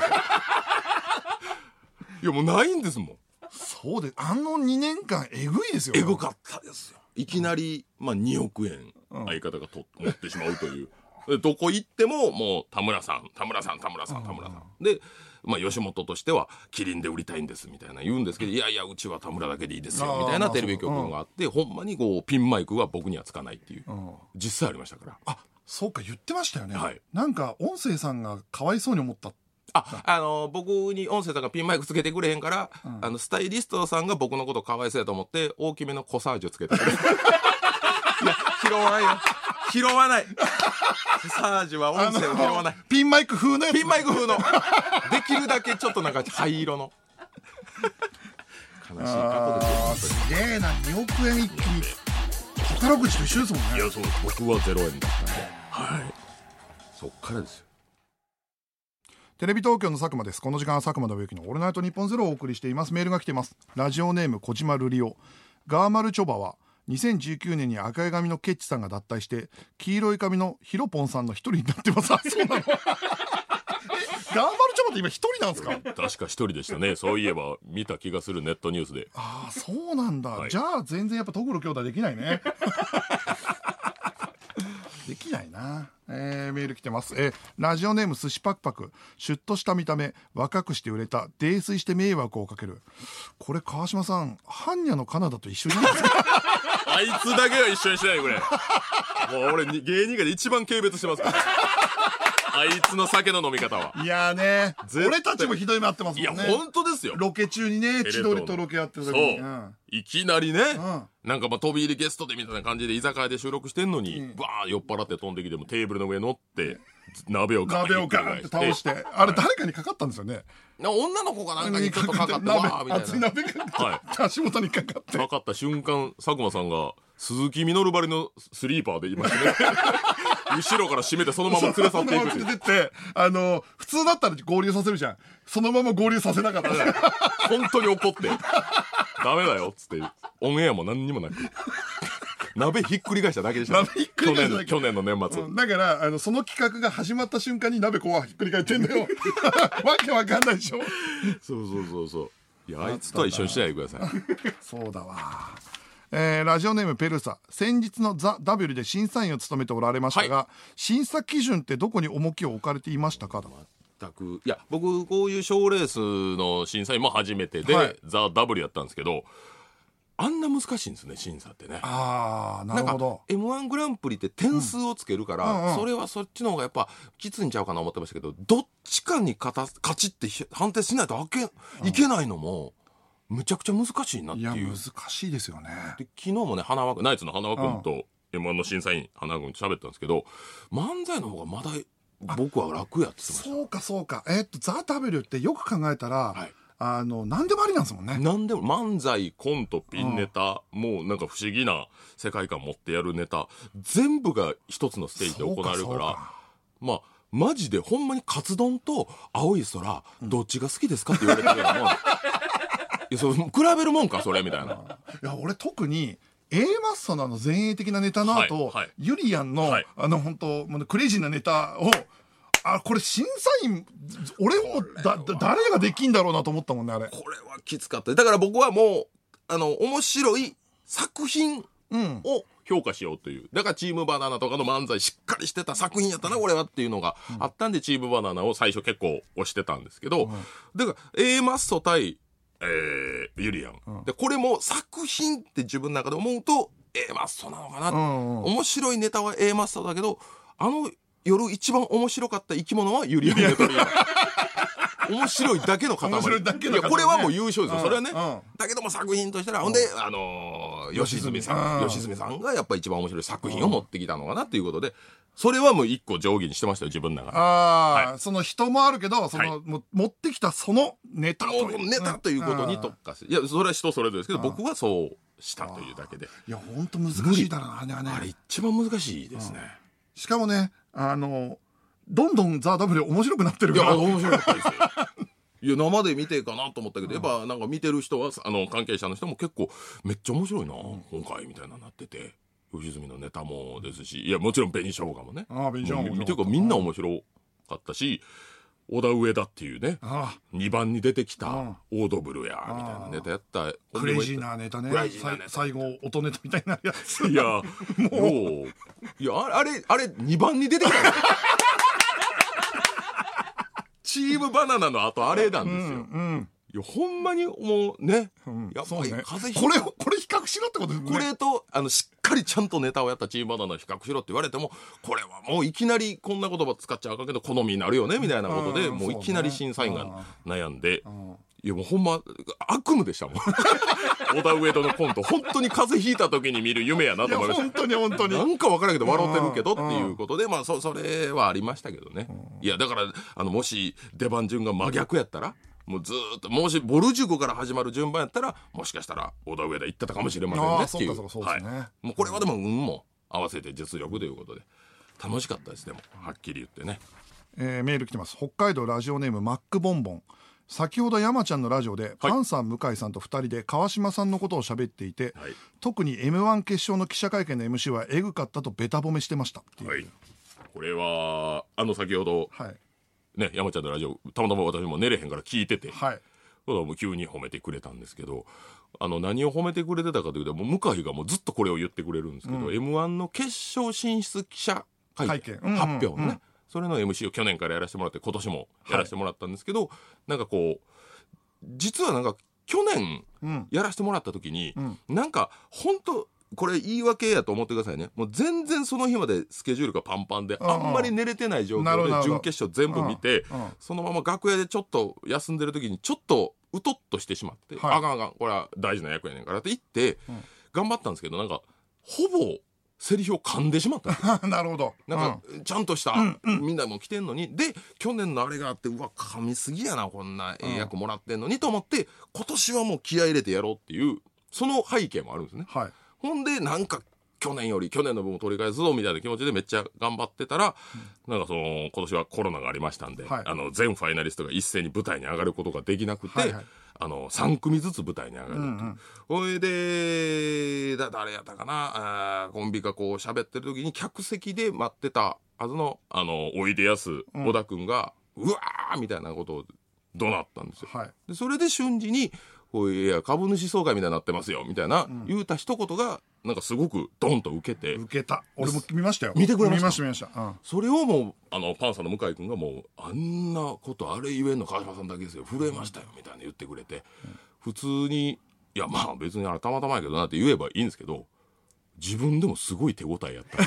いやもうないんですもん。 そうで2年間えぐいですよ。 えぐかったですよ。いきなり2億円相方が持ってしまうという。どこ行ってももう田村さんで、吉本としてはキリンで売りたいんですみたいな言うんですけど、いやうちは田村だけでいいですよみたいなテレビ局があって、ほんまにピンマイクが僕にはつかないっていう実際ありましたから。 そうか言ってましたよね。なんか音声さんがかわいそうに思った。 僕に音声さんがピンマイクつけてくれへんから、スタイリストさんが僕のことかわいそうやと思って大きめのコサージュつけてくれる。いや拾わないよ、拾わない。コサージュは音声を拾わない。 ピンマイク風のやつ。 ピンマイク風のできるだけちょっとなんか灰色の悲しい過去ですよ。 すげえな、2億円一気に宝くじと一緒ですもんね。 いや、そう、僕は0円だったんで、はい、そっからですよ。 テレビ東京の佐久間です。この時間は佐久間信之のオールナイトニッポンゼロをお送りしています。メールが来ています。ラジオネーム小島ルリオ。ガーマルチョバは2019年に赤い髪のケッチさんが脱退して黄色い髪のヒロポンさんの一人になってます。あ、そうなのガーマルチョバって今一人なんですか？ 確か一人でしたね。そういえば見た気がする、ネットニュースで。 ああ、そうなんだ、はい、じゃあ全然やっぱトグロ兄弟できないねできないな。メール来てます。ラジオネーム寿司パクパク。シュッとした見た目、若くして売れた、泥酔して迷惑をかける。これ川島さん、般若のカナダと一緒じゃないですかあいつだけは一緒にしないでくれ。もう俺芸人界で一番軽蔑してますからあいつの酒の飲み方は。 いやね、俺たちもひどい目あってますもんね。 いや本当ですよ。 ロケ中にね、千鳥とロケやってる時に、 そう、いきなりね、なんか飛び入りゲストでみたいな感じで居酒屋で収録してんのに、バー酔っ払って飛んできてもテーブルの上乗って鍋をガーって倒して、あれ誰かにかかったんですよね。 女の子がなんかにちょっとかかってわーみたいな、 熱い鍋が足元にかかってかかった瞬間、佐久間さんが鈴木みのるばりのスリーパーでいましたね後ろから締めてそのまま連れ去っていく。 連れてって普通だったら合流させるじゃん。そのまま合流させなかった本当に怒ってダメだよっつって、オンエアも何にもなく鍋ひっくり返しただけでした、ね、去年の年末、 だからその企画が始まった瞬間に鍋こうひっくり返ってんだよわけわかんないでしょそういや、あいつとは一緒にしないでくださいそうだわ。ラジオネームペルサ。先日のザ・ W で審査員を務めておられましたが、審査基準ってどこに重きを置かれていましたか？ 全く。いや、僕こういう賞レースの審査員も初めてで、ザ・ W やったんですけど、あんな難しいんですね、審査ってね。 ああ、なるほど。 M1 グランプリって点数をつけるから、それはそっちの方がやっぱきついんちゃうかな思ってましたけど、どっちかに勝ちって判定しないといけないのもむちゃくちゃ難しいなっていう。 いや、難しいですよね。 で昨日もね、ナイツの花輪君と M1 の審査員花輪君と喋ったんですけど、漫才の方がまだ僕は楽やって言ってました。 そうか。ザ・ W ってよく考えたら、何でもありなんですもんね。 何でも、漫才、コント、ピンネタ、もうなんか不思議な世界観持ってやるネタ全部が一つのステージで行われるから、まあマジでほんまにカツ丼と青い空、どっちが好きですかって言われてるような比べるもんかそれみたいな。いや、俺特に A マッソの前衛的なネタの後、ユリアンの、本当クレイジーなネタを、これ審査員俺も誰ができんだろうなと思ったもんね。あれこれはきつかった。だから僕はもう面白い作品を評価しようという。だからチームバナナとかの漫才しっかりしてた作品やったなこれはっていうのがあったんで、チームバナナを最初結構推してたんですけど、だから A マッソ対ユリアン、でこれも作品って自分の中で思うと A マッソなのかな、面白いネタは A マッソだけど、夜一番面白かった生き物はユリアンネタリー面白いだけの塊。いや、これはもう優勝ですよ、それはね。だけども作品としたら、ほんで吉住さんがやっぱ一番面白い作品を持ってきたのかなっていうことで、それはもう一個定規にしてましたよ、自分の中で。 その人もあるけど、持ってきたそのネタということに特化して、いや、それは人それぞれですけど、僕はそうしたというだけで。 いや、ほんと難しいだろうな、 あれ一番難しいですね。 しかもね、どんどんザ・ W 面白くなってるから。 いや、面白かったですよいや、生で見てかなと思ったけど、やっぱなんか見てる人は関係者の人も結構めっちゃ面白いな、今回みたいななってて、吉住のネタもですし、いやもちろん紅しょうがもね、見てるかみんな面白かったし、小田上田っていうね、2番に出てきたオードブルやみたいなネタやった。 クレイジーなネタね。最後音ネタみたいなやつ。 いやもういや、あれ2番に出てきたチームバナナの後あれなんですよ。いや、ほんまにもうね、やっぱり風邪ひいた。 これ比較しろってことですね。 これとしっかりちゃんとネタをやったチームバナナ比較しろって言われても、これはもういきなりこんな言葉使っちゃうかけど好みになるよねみたいなことで、もういきなり審査員が悩んで、いやもうほんま悪夢でしたもん小田上戸のコント、本当に風邪ひいた時に見る夢やなと思いました。 本当になんか分からんけど笑ってるけどっていうことで、まあそれはありましたけどね。いやだからもし出番順が真逆やったら、 もうずーっともしボル塾から始まる順番やったらもしかしたら小田上田行ってたかもしれませんねっていう。 そうですね。 もうこれはでも運も合わせて実力ということで楽しかったです。でもはっきり言ってね。 メール来てます。北海道ラジオネームマックボンボン。先ほど山ちゃんのラジオで、パンさん向井さんと2人で川島さんのことを喋っていて、はい、特に M1 決勝の記者会見の MC はエグかったとベタ褒めしてましたっていう、 はい、これは先ほど、はいね、山ちゃんのラジオたまたま私も寝れへんから聞いてて、はい、もう急に褒めてくれたんですけど、何を褒めてくれてたかというと、もう向井がもうずっとこれを言ってくれるんですけど、M1 の決勝進出記者会見、発表ね、それの MC を去年からやらせてもらって今年もやらせてもらったんですけど、はい、なんかこう実はなんか去年やらせてもらった時に、なんか本当これ言い訳やと思ってくださいね。もう全然その日までスケジュールがパンパンで、あんまり寝れてない状況で準決勝全部見て、そのまま楽屋でちょっと休んでる時にちょっとうとっとしてしまって、あかんあかんこれは大事な役やねんからって言って頑張ったんですけど、なんかほぼセリフを噛んでしまったなるほど。 なんかちゃんとした、みんなも来てんのに、で去年のあれがあって、うわ噛みすぎやなこんな役もらってんのにと思って、今年はもう気合い入れてやろうっていうその背景もあるんですね。はい、ほんでなんか去年の分を取り返すぞみたいな気持ちでめっちゃ頑張ってたら、なんか今年はコロナがありましたんで、全ファイナリストが一斉に舞台に上がることができなくて、3組ずつ舞台に上がるっていう。ほいで誰やったかな、コンビがこう喋ってる時に客席で待ってたはずのおいでやす小田君が、うわーみたいなことを怒鳴ったんですよ。でそれで瞬時にいや株主総会みたいになってますよみたいな、言うた一言がなんかすごくドンと受けた。 俺も見ましたよ。 見てくれました。 見ました、 それをもうパンサーの向井君がもうあんなことあれ言えんの川島さんだけですよ、震えましたよみたいな言ってくれて、普通にいやまあ別にたまたまやけどなって言えばいいんですけど、自分でもすごい手応えやった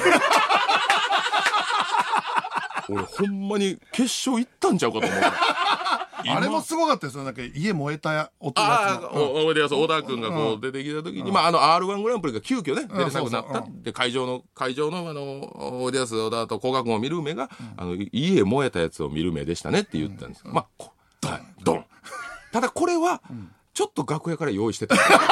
俺ほんまに決勝行ったんちゃうかと思うあれもすごかったですよ。なんか家燃えた音おいでやす小田君がこう出てきた時に、R1 グランプリが急遽ね出れなくなったで、会場のおいでやす小田と古賀君を見る目が、家燃えたやつを見る目でしたねって言ったんです。ドンただこれはちょっと楽屋から用意してた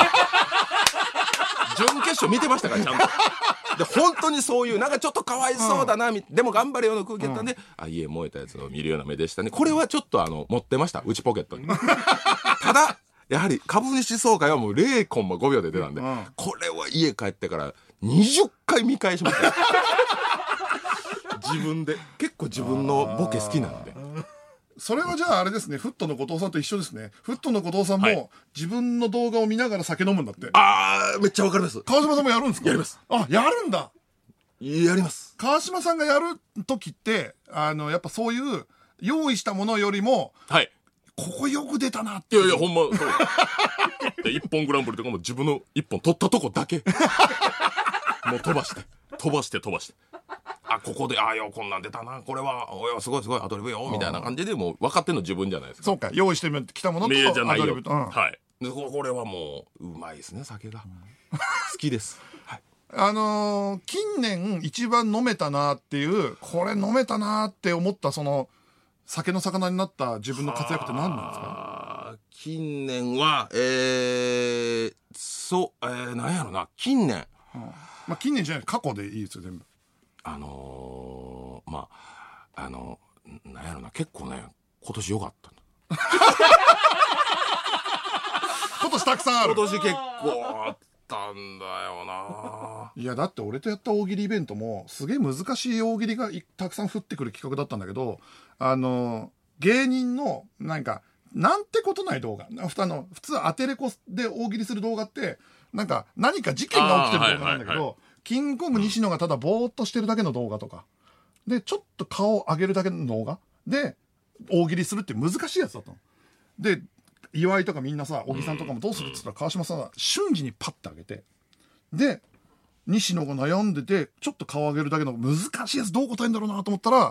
準決勝見てましたからちゃんとで本当にそういうなんかちょっとかわいそうだな、でも頑張れよの空気やったんで、家燃えたやつを見るような目でしたね。これはちょっと持ってました、内ポケットにただやはり株主総会はもう 0.5 秒で出たんで、これは家帰ってから20回見返しました自分で結構自分のボケ好きなんで。 それはじゃああれですね、フットの後藤さんと一緒ですね。フットの後藤さんも自分の動画を見ながら酒飲むんだって。 めっちゃわかります。 川島さんもやるんですか？ やります。 やるんだ。 やります。 川島さんがやる時ってやっぱそういう用意したものよりも、ここよく出たなって。 いやほんまそうで一本グランプリとかも自分の一本取ったとこだけもう飛ばしてここでよこんなん出たな、これはすごいアドリブよみたいな感じでもう分かってんの自分じゃないですか。 そうか、用意してきたものとじゃないよ、 アドリブと、 でこれはもううまいですね、酒が好きです、 近年一番飲めたなっていう、これ飲めたなって思ったその酒の魚になった自分の活躍って何なんですか？ 近年は何やろな、近年、 近年じゃない、過去でいいですよ全部。 なんやろな、結構ね今年良かった今年たくさんある。 今年結構あったんだよな。 いやだって俺とやった大喜利イベントもすげえ難しい大喜利がたくさん降ってくる企画だったんだけど、芸人のなんてことない動画、普通アテレコで大喜利する動画って何か事件が起きてる動画なんだけど、キングコング西野がただぼーっとしてるだけの動画とかで、ちょっと顔を上げるだけの動画で大喜利するって難しいやつだったので、岩井とかみんなさ、小木さんとかもどうするって言ったら、川島さんは瞬時にパッて上げて、で西野が悩んでてちょっと顔上げるだけの難しいやつどう答えるんだろうなと思ったら、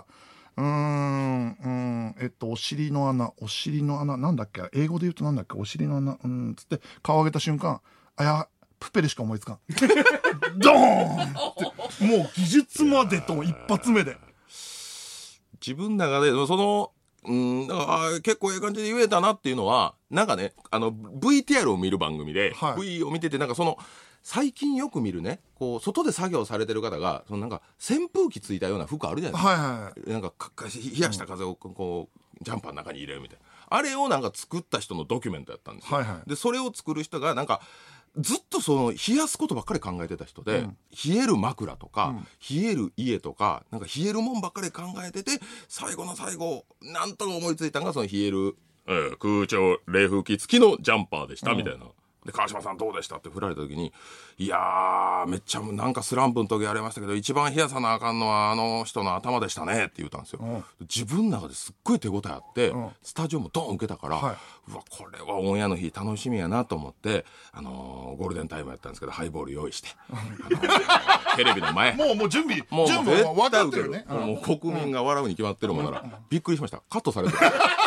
お尻の穴なんだっけ、英語で言うとなんだっけ、お尻の穴つって顔上げた瞬間、プペルしか思いつかんドーンってもう技術までと一発目で自分の中でそのだから結構ええ感じで言えたなっていうのは、なんかね、VTR を見る番組で、 はい、 V を見てて、なんか最近よく見るね、こう、外で作業されてる方が、なんか、扇風機ついたような服あるじゃないですか。 はいはい、 なんか、冷やした風を、こう、ジャンパーの中に入れるみたいな。あれをなんか作った人のドキュメントやったんですよ。 はいはい、 で、それを作る人が、なんか、ずっと冷やすことばっかり考えてた人で、冷える枕とか、冷える家とか、なんか冷えるもんばっかり考えてて、最後の最後、なんとか思いついたのが冷える、空調冷風機付きのジャンパーでした、みたいな。で、川島さんどうでしたって振られた時に、いやー、めっちゃなんかスランプの時ありましたけど、一番冷やさなあかんのはあの人の頭でしたねって言ったんですよ。自分の中ですっごい手応えあって、スタジオもドーン受けたから、うわ、これはオンエアの日楽しみやなと思って、ゴールデンタイムやったんですけど、ハイボール用意して、テレビの前。 もう準備分かってるね。 もう国民が笑うに決まってるもんなら、びっくりしました。カットされてる。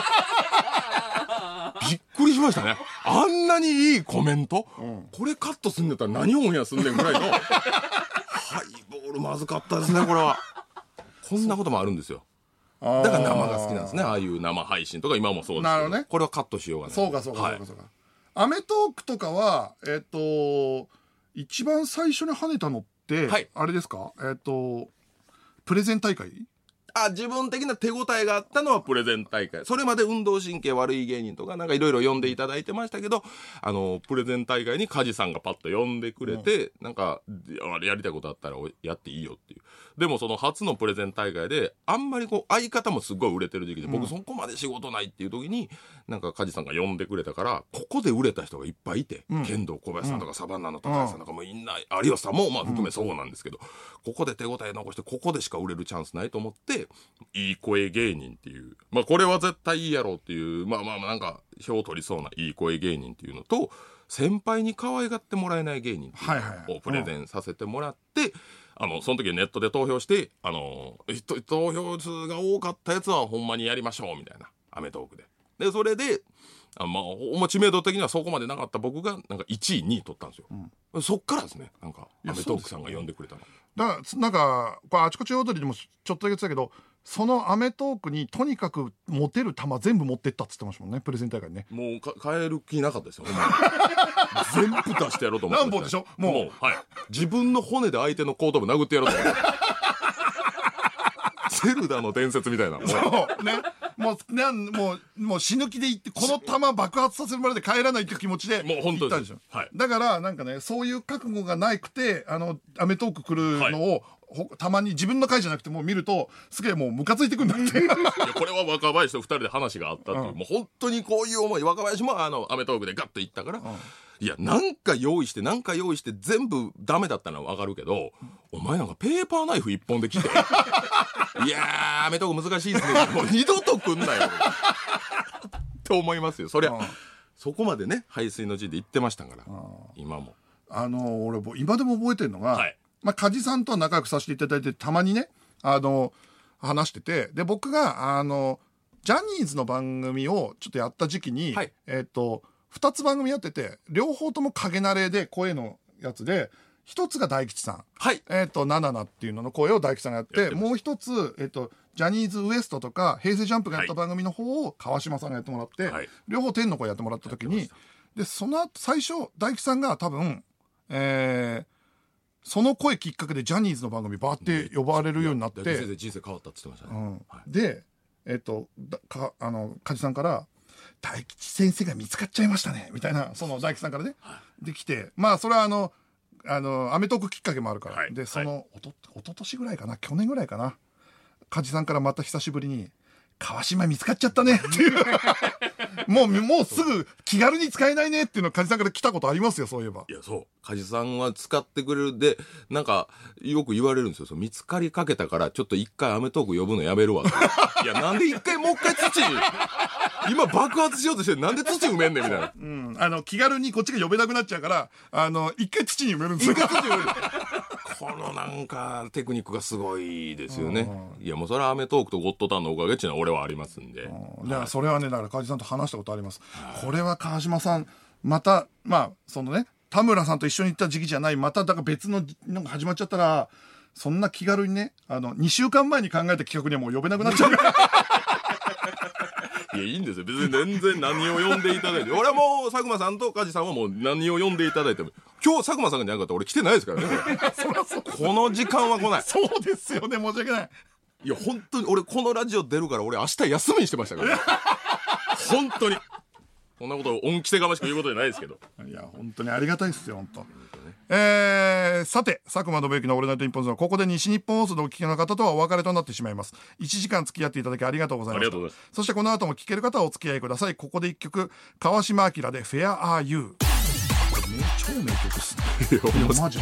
びっくりしましたね。あんなにいいコメント、これカットすんだったら何オンエアすんねんぐらいのハイボールまずかったですね、これは。こんなこともあるんですよ。だから生が好きなんですね。ああいう生配信とか今もそうですけど。 なるほどね。 これはカットしようがない。 そうか。アメトーークとかは、一番最初に跳ねたのって、あれですか？プレゼン大会？ 自分的な手応えがあったのはプレゼン大会。それまで運動神経悪い芸人とかなんかいろいろ呼んでいただいてましたけど、プレゼン大会に梶さんがパッと呼んでくれて、なんか、やりたいことあったらやっていいよっていう。でもその初のプレゼン大会で、あんまり相方もすごい売れてる時期で、僕そこまで仕事ないっていう時に、なんか梶さんが呼んでくれたから、ここで売れた人がいっぱいいて、剣道小林さんとかサバンナの高橋さんとかもいない、有吉さんもまあ含めそうなんですけど、ここで手応え残して、ここでしか売れるチャンスないと思って、いい声芸人っていう、まあこれは絶対いいやろうっていう、まあなんか票を取りそうないい声芸人っていうのと、先輩に可愛がってもらえない芸人っていうのをプレゼンさせてもらって、その時ネットで投票して、投票数が多かったやつはほんまにやりましょうみたいな、アメトークで。で、それで、知名度的にはそこまでなかった僕が、なんか1位、2位取ったんですよ。そっからですね、なんか、アメトークさんが呼んでくれたの。 だから、なんか、これあちこち踊りでもちょっとだけ言ってたけど、そのアメトークにとにかく持てる球全部持ってったっつってましたもんね、プレゼン大会ね。 もう変える気なかったですよ、ほんまに。全部出してやろうと思って、 何本でしょもう、 はい。自分の骨で相手の後頭部殴ってやろうと思って。ゼルダの伝説みたいな。 そうね。もう死ぬ気でいって、この球爆発させるまで帰らないっていう気持ちでもう本当行ったんでしょ。はい。だからなんかね、そういう覚悟がなくて、アメトーク来るのを、たまに自分の回じゃなくてもう見るとすげえもうムカついてくんだって。いやこれは若林と2人で話があったっていう、もう本当にこういう思い、若林もアメトークでガッと言ったから、いやなんか用意して全部ダメだったのは分かるけど、お前なんかペーパーナイフ1本で来ていやーアメトーク難しいですね、もう二度と来んなよって思いますよ。そりゃ、そこまでね背水の陣で言ってましたから。今も俺今でも覚えてるのが、梶さんとは仲良くさせていただいて、たまにね話してて、で僕がジャニーズの番組をちょっとやった時期に、2つ番組やってて、両方とも影慣れで声のやつで、一つが大吉さん、ナナナっていうのの声を大吉さんがやって、もう一つジャニーズ WEST とか平成ジャンプがやった番組の方を川島さんがやってもらって、両方天の声やってもらった時に、でその後最初大吉さんが多分その声きっかけでジャニーズの番組バーって呼ばれるようになって、 先生人生変わったって言ってましたね。 で梶さんから「大吉先生が見つかっちゃいましたね」みたいな、その大吉さんからね、できて、まあそれはアメトークきっかけもあるから、でその一昨年ぐらいかな、去年ぐらいかな、梶さんからまた久しぶりに「川島見つかっちゃったね」っていうもうすぐ気軽に使えないねっていうのを梶さんから来たことありますよ、そういえば。 いやそう、梶さんは使ってくれるで、なんかよく言われるんですよ。見つかりかけたからちょっと一回アメトーク呼ぶのやめるわいやなんで一回もう一回土今爆発しようとしてなんで土埋めんねんみたいな、 気軽にこっちが呼べなくなっちゃうから一回土に埋めるんですよ。 一回土に埋めるこのなんかテクニックがすごいですよね。いやもうそれはアメトークとゴッドタンのおかげっていうのは俺はありますんで。 いやそれはね、だから梶さんと話したことあります。これは川島さんまたそのね田村さんと一緒に行った時期じゃない、まただから別ののが始まっちゃったら、そんな気軽にね2週間前に考えた企画にはもう呼べなくなっちゃういや、いいんですよ。別に全然何を呼んでいただいて。俺はもう、佐久間さんと梶さんはもう何を呼んでいただいても。今日佐久間さんがじゃなかったら俺来てないですからね。この時間は来ない。 そうですよね、申し訳ない。 いや、本当に俺このラジオ出るから俺明日休みにしてましたから、ね。本当に。こんなことを恩着せがましく言うことじゃないですけど。 いや、本当にありがたいですよ、本当。さて、佐久間信之のオールナイトニッポンズはここで西日本放送でお聞きの方とはお別れとなってしまいます。1時間付き合っていただきありがとうございました。そしてこの後も聞ける方はお付き合いください。ここで一曲、川島明で Fair Are You。超名曲ですね。いや、マジで。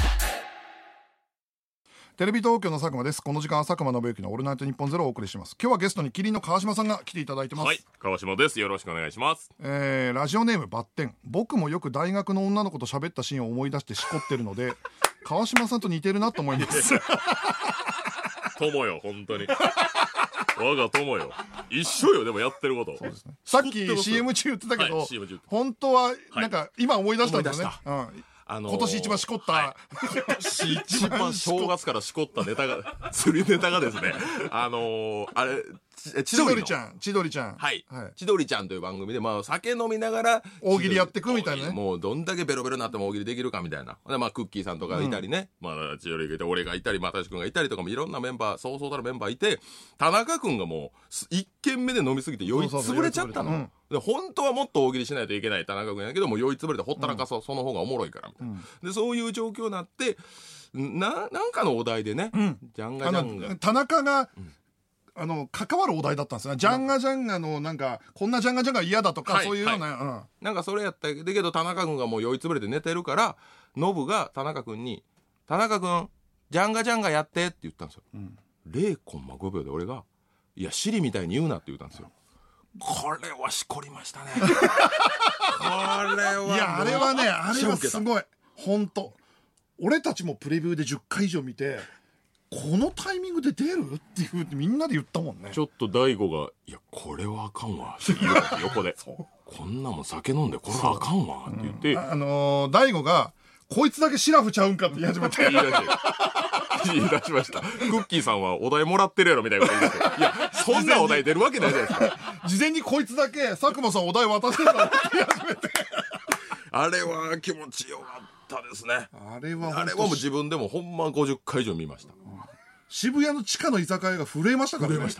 テレビ東京の佐久間です。この時間は佐久間信之のオールナイトニッポンゼロをお送りします。今日はゲストにキリンの川島さんが来ていただいてます。 はい、川島です。よろしくお願いします。 ラジオネームバッテン。僕もよく大学の女の子と喋ったシーンを思い出してしこってるので川島さんと似てるなと思います友よ、本当に我が友よ。一緒よ、でもやってること。そうですね、 さっき CM 中言ってたけど、はい、本当はなんか今思い出したんだよね、今年一番しこった、はい、 今年一番正月からしこったネタが釣りネタがですね、あれ千鳥ちゃん、はい、千鳥ちゃんという番組で、まあ酒飲みながら大喜利やってくみたいなね。 もうどんだけベロベロになっても大喜利できるかみたいな。まあクッキーさんとかいたりね、まあ千鳥がいて、俺がいたり、又吉君がいたりとかもいろんなメンバー、そうそうたるメンバーいて、田中君がもう1軒目で飲みすぎて酔い潰れちゃったの。で本当はもっと大喜利しないといけない田中君やけども、酔い潰れてほったらかそう、その方がおもろいからみたいな、でそういう状況になって、なんかのお題でね、ジャンガジャンガ田中が、関わるお題だったんですよね。ジャンガジャンガのなんかこんなジャンガジャンガ嫌だとか、そういうような、 なんかそれやったけど田中君がもう酔い潰れて寝てるから、ノブが田中君に「田中君ジャンガジャンガやって」って言ったんですよ、0.5 秒で俺が「いやシリみたいに言うな」って言ったんですよ。これはしこりましたねこれは、 いや、あれはね、あれはすごい本当。俺たちもプレビューで10回以上見て、このタイミングで出るっていうみんなで言ったもんね。 ちょっと大悟が「いやこれはあかんわ」って言う横でこんなもん酒飲んでこれはあかんわって言って、 大悟がこいつだけシラフちゃうんかって言い始めて言い出しました。クッキーさんはお題もらってるやろみたいなこと言って、いやそんなお題出るわけないじゃないですか。 事前にこいつだけ佐久間さんお題渡してたって言い始めてあれは気持ちよかったですね。 あれはもう自分でもほんま50回以上見ました。 渋谷の地下の居酒屋が震えましたからね。震えました。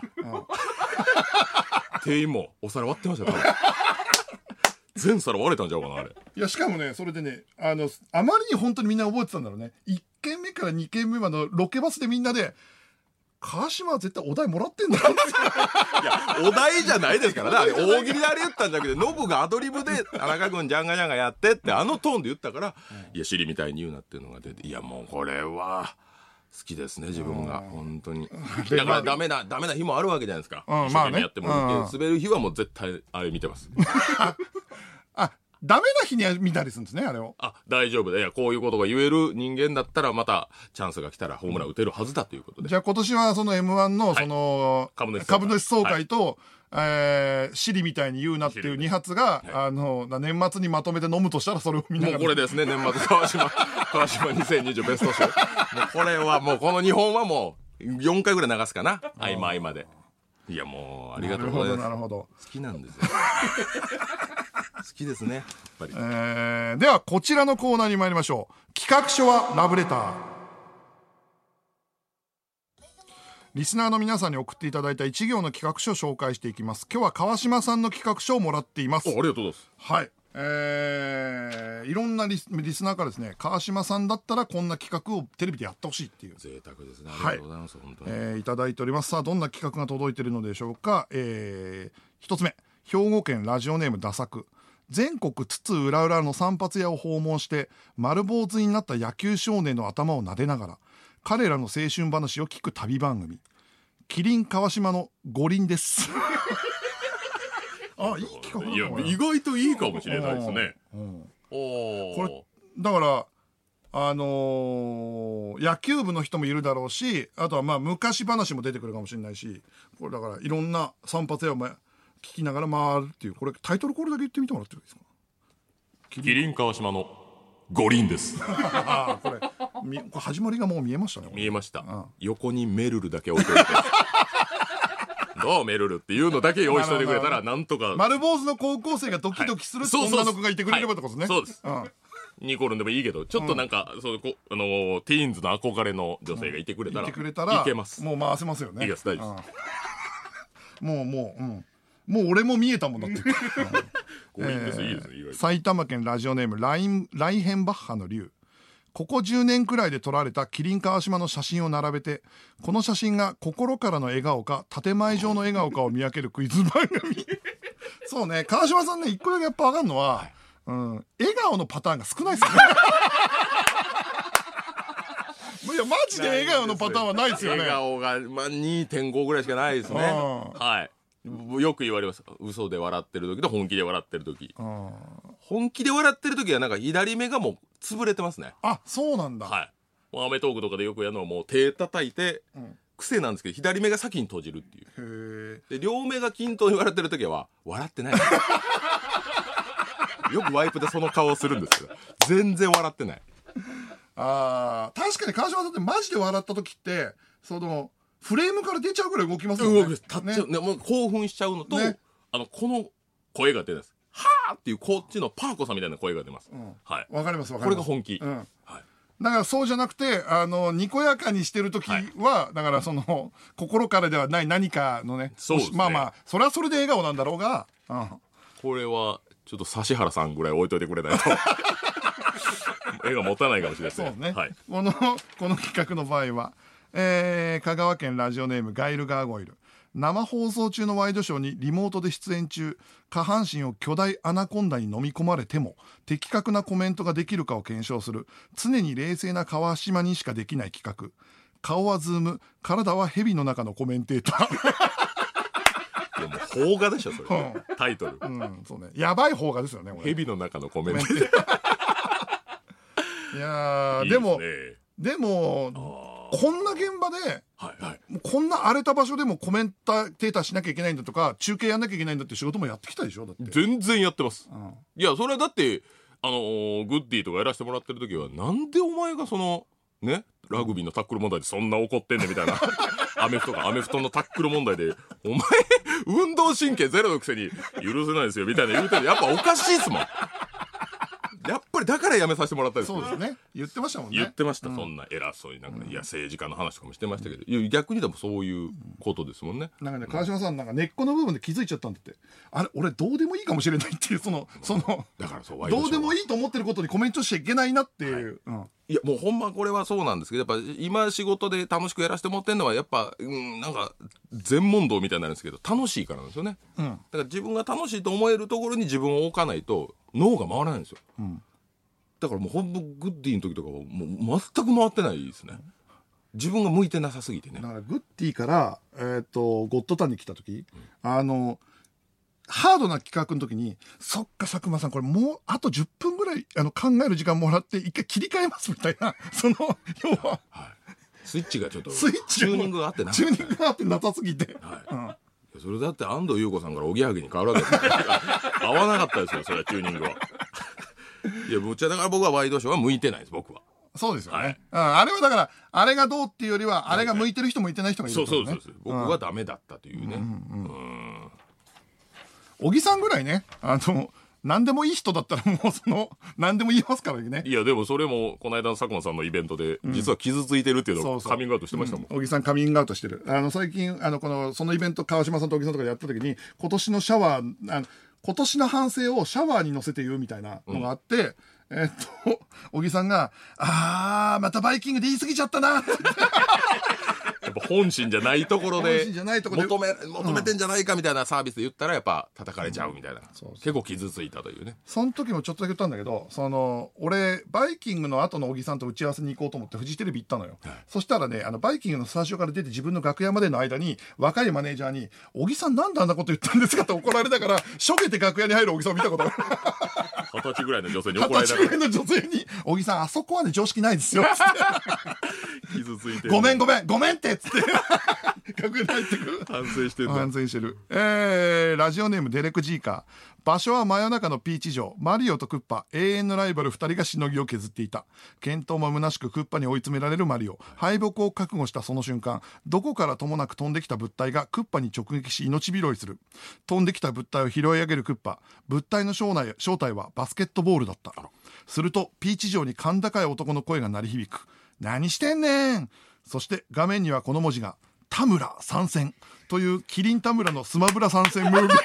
店員もお皿割ってましたから全皿割れたんちゃうかなあれ。 いや、しかもね、それでね、あまりに本当にみんな覚えてたんだろうね。1軒目から2軒目までのロケバスでみんなで川島は絶対お題もらってんだろいやお題じゃないですからね、あれ大喜利であれ言ったんじゃなくて、ノブがアドリブで「田中君ジャンガジャンガやって」ってトーンで言ったから「いや尻みたいに言うな」っていうのが出て、いやもうこれは好きですね自分が本当に。だからダメな日もあるわけじゃないですか。一生懸命やっても滑る日はもう絶対あれ見てますダメな日には見たりするんですね、あれを。 大丈夫だ、いやこういうことが言える人間だったらまたチャンスが来たらホームラン打てるはずだということで、 じゃあ今年はその M1 のその、株主総会と、シリみたいに言うなっていう2発が、年末にまとめて飲むとしたらそれを見ながら、 もうこれですね、年末川島2020ベストショーもうこれはもうこの2本はもう4回ぐらい流すかな、合間合間で。いやもうありがとうございます。 なるほど。 好きなんですよ好きですねやっぱり。 ではこちらのコーナーに参りましょう。企画書はラブレター。リスナーの皆さんに送っていただいた1行の企画書を紹介していきます。今日は川島さんの企画書をもらっています。 ありがとうございます。 はい、いろんなリスナーからですね、川島さんだったらこんな企画をテレビでやってほしいっていう贅沢ですね。ありがとうございます、本当に、 いただいております。さあどんな企画が届いているのでしょうか。一つ目、兵庫県ラジオネームダサク。全国津々浦々の散髪屋を訪問して丸坊主になった野球少年の頭を撫でながら彼らの青春話を聞く旅番組、キリン川島の五輪ですいい企画だな。 いや意外といいかもしれないですね。 これだから野球部の人もいるだろうし、あとはまあ昔話も出てくるかもしれないし、これだからいろんな散髪屋を聞きながら回るっていう、これタイトルこれだけ言ってみてもらってもいいですか。 キリン川島の五輪ですこれ始まりがもう見えましたね。 見えました、横にメルルだけ置いておいてどうめるるっていうのだけ用意しといてくれたらなんとか。 丸坊主の高校生がドキドキする女の子がいてくれればってことですね。 そうです。ニコルンでもいいけど、ちょっとなんか、ティーンズの憧れの女性がいてくれたら、いけます。 もう回せますよね。 いいです、大丈夫です。 もう俺も見えたもんだって。 強引です、いいですね。 埼玉県ラジオネームライヘンバッハの竜。ここ10年くらいで撮られたキリン川島の写真を並べて、この写真が心からの笑顔か建前上の笑顔かを見分けるクイズ番組。そうね、川島さんね、一個だけやっぱ分かるのは、笑顔のパターンが少ないですよね。いやマジで笑顔のパターンはないですよね。 笑顔が、2.5 ぐらいしかないですね。はい。よく言われます。嘘で笑ってる時と本気で笑ってる時。本気で笑ってる時はなんか左目がもう潰れてますね。 あ、そうなんだ。 はい。アメトークとかでよくやるのはもう手叩いて、癖なんですけど左目が先に閉じるっていう。で両目が均等に笑ってる時は笑ってない。よくワイプでその顔をするんですけど全然笑ってない。 確かに川島さんってマジで笑った時ってそのフレームから出ちゃうぐらい動きますよね。 立っちゃう、ね、もう興奮しちゃうのと、この声が出るんです。はーっていうこっちのパーコさんみたいな声が出ます。はい。 わかります。 これが本気。 はい。だからそうじゃなくてにこやかにしてる時は、だからその心からではない何かのね。 そうですね。 まあそれはそれで笑顔なんだろうが。 これはちょっと指原さんぐらい置いといてくれないと絵が持たないかもしれないですね。 そうね。 はい。 この企画の場合は、香川県ラジオネームガイルガーゴイル。生放送中のワイドショーにリモートで出演中、下半身を巨大アナコンダに飲み込まれても的確なコメントができるかを検証する常に冷静な川島にしかできない企画。顔はズーム、体は蛇の中のコメンテーター。 いやもう邦画でしょそれ、タイトル。 そうね。やばい邦画ですよね。 蛇の中のコメンテーター。いやーでもこんな現場で、こんな荒れた場所でもコメンテーターしなきゃいけないんだとか中継やんなきゃいけないんだって仕事もやってきたでしょ。だって全然やってます。いやそれはだってグッディとかやらせてもらってる時はなんでお前がそのねラグビーのタックル問題でそんな怒ってんねんみたいなアメフトのタックル問題でお前運動神経ゼロのくせに許せないですよみたいな言うてる。やっぱおかしいっすもん。やっぱりだからやめさせてもらったんですよ。 そうですね。言ってましたもんね。 言ってました。そんな偉そうになんか、いや政治家の話とかもしてましたけど、逆にでもそういうことですもんね。 なんかね川島さんなんか根っこの部分で気づいちゃったんだって。あれ俺どうでもいいかもしれないっていうそのだからそうどうでもいいと思ってることにコメントしちゃいけないなっていう。 いやもうほんまこれはそうなんですけどやっぱ今仕事で楽しくやらせてもらってるのはやっぱなんか全問答みたいになるんですけど楽しいからなんですよね。だから自分が楽しいと思えるところに自分を置かないと脳が回らないんですよ。だからもうほんとグッディの時とかはもう全く回ってないですね。自分が向いてなさすぎてね。 だからグッディからゴッドタンに来た時、ハードな企画の時にそっか佐久間さんこれもうあと10分ぐらい考える時間もらって一回切り替えますみたいな要は、 スイッチがちょっとチューニングがあってなさすぎて、 それだって安藤優子さんからおぎやはぎに変わるわけです合わなかったですよそれはチューニングは。いやぶっちゃだから僕はワイドショーは向いてないです僕は。 そうですよね。あれはだからあれがどうっていうよりはあれが向いてる人向いてない人がいるからね。 そう僕はダメだったというね。 小木さんぐらいね何でもいい人だったらもう何でも言いますからね。 いやでもそれもこの間の佐久間さんのイベントで実は傷ついてるっていうのをカミングアウトしてましたもん。 小木さんカミングアウトしてる。最近そのイベント川島さんと小木さんとかでやった時に今年のシャワー今年の反省をシャワーに乗せて言うみたいなのがあって、小木さんがまたバイキングで言い過ぎちゃったなってやっぱ本心じゃないところで求めてんじゃないかみたいなサービスで言ったらやっぱ叩かれちゃうみたいな、結構傷ついたというね。 その時もちょっとだけ言ったんだけど俺バイキングの後の小木さんと打ち合わせに行こうと思ってフジテレビ行ったのよ、そしたらねバイキングのスタジオから出て自分の楽屋までの間に若いマネージャーに「小木さんなんであんなこと言ったんですか?」って怒られたからしょげて楽屋に入る小木さんを見たことある。 20歳ぐらいの女性に怒られたから 20歳ぐらいの女性に「小木さんあそこはね常識ないですよ」 傷ついてごめんってっつって楽屋に入ってくる。 反省してる。 ラジオネームデレク・ジーカー。 場所は真夜中のピーチ城。マリオとクッパ、永遠のライバル2人がしのぎを削っていた。健闘も虚しくクッパに追い詰められるマリオ。敗北を覚悟したその瞬間、どこからともなく飛んできた物体がクッパに直撃し命拾いする。飛んできた物体を拾い上げるクッパ。物体の正体はバスケットボールだった。するとピーチ城に甲高い男の声が鳴り響く。何してんねん。そして画面にはこの文字が、田村参戦というキリン田村のスマブラ参戦ムービー。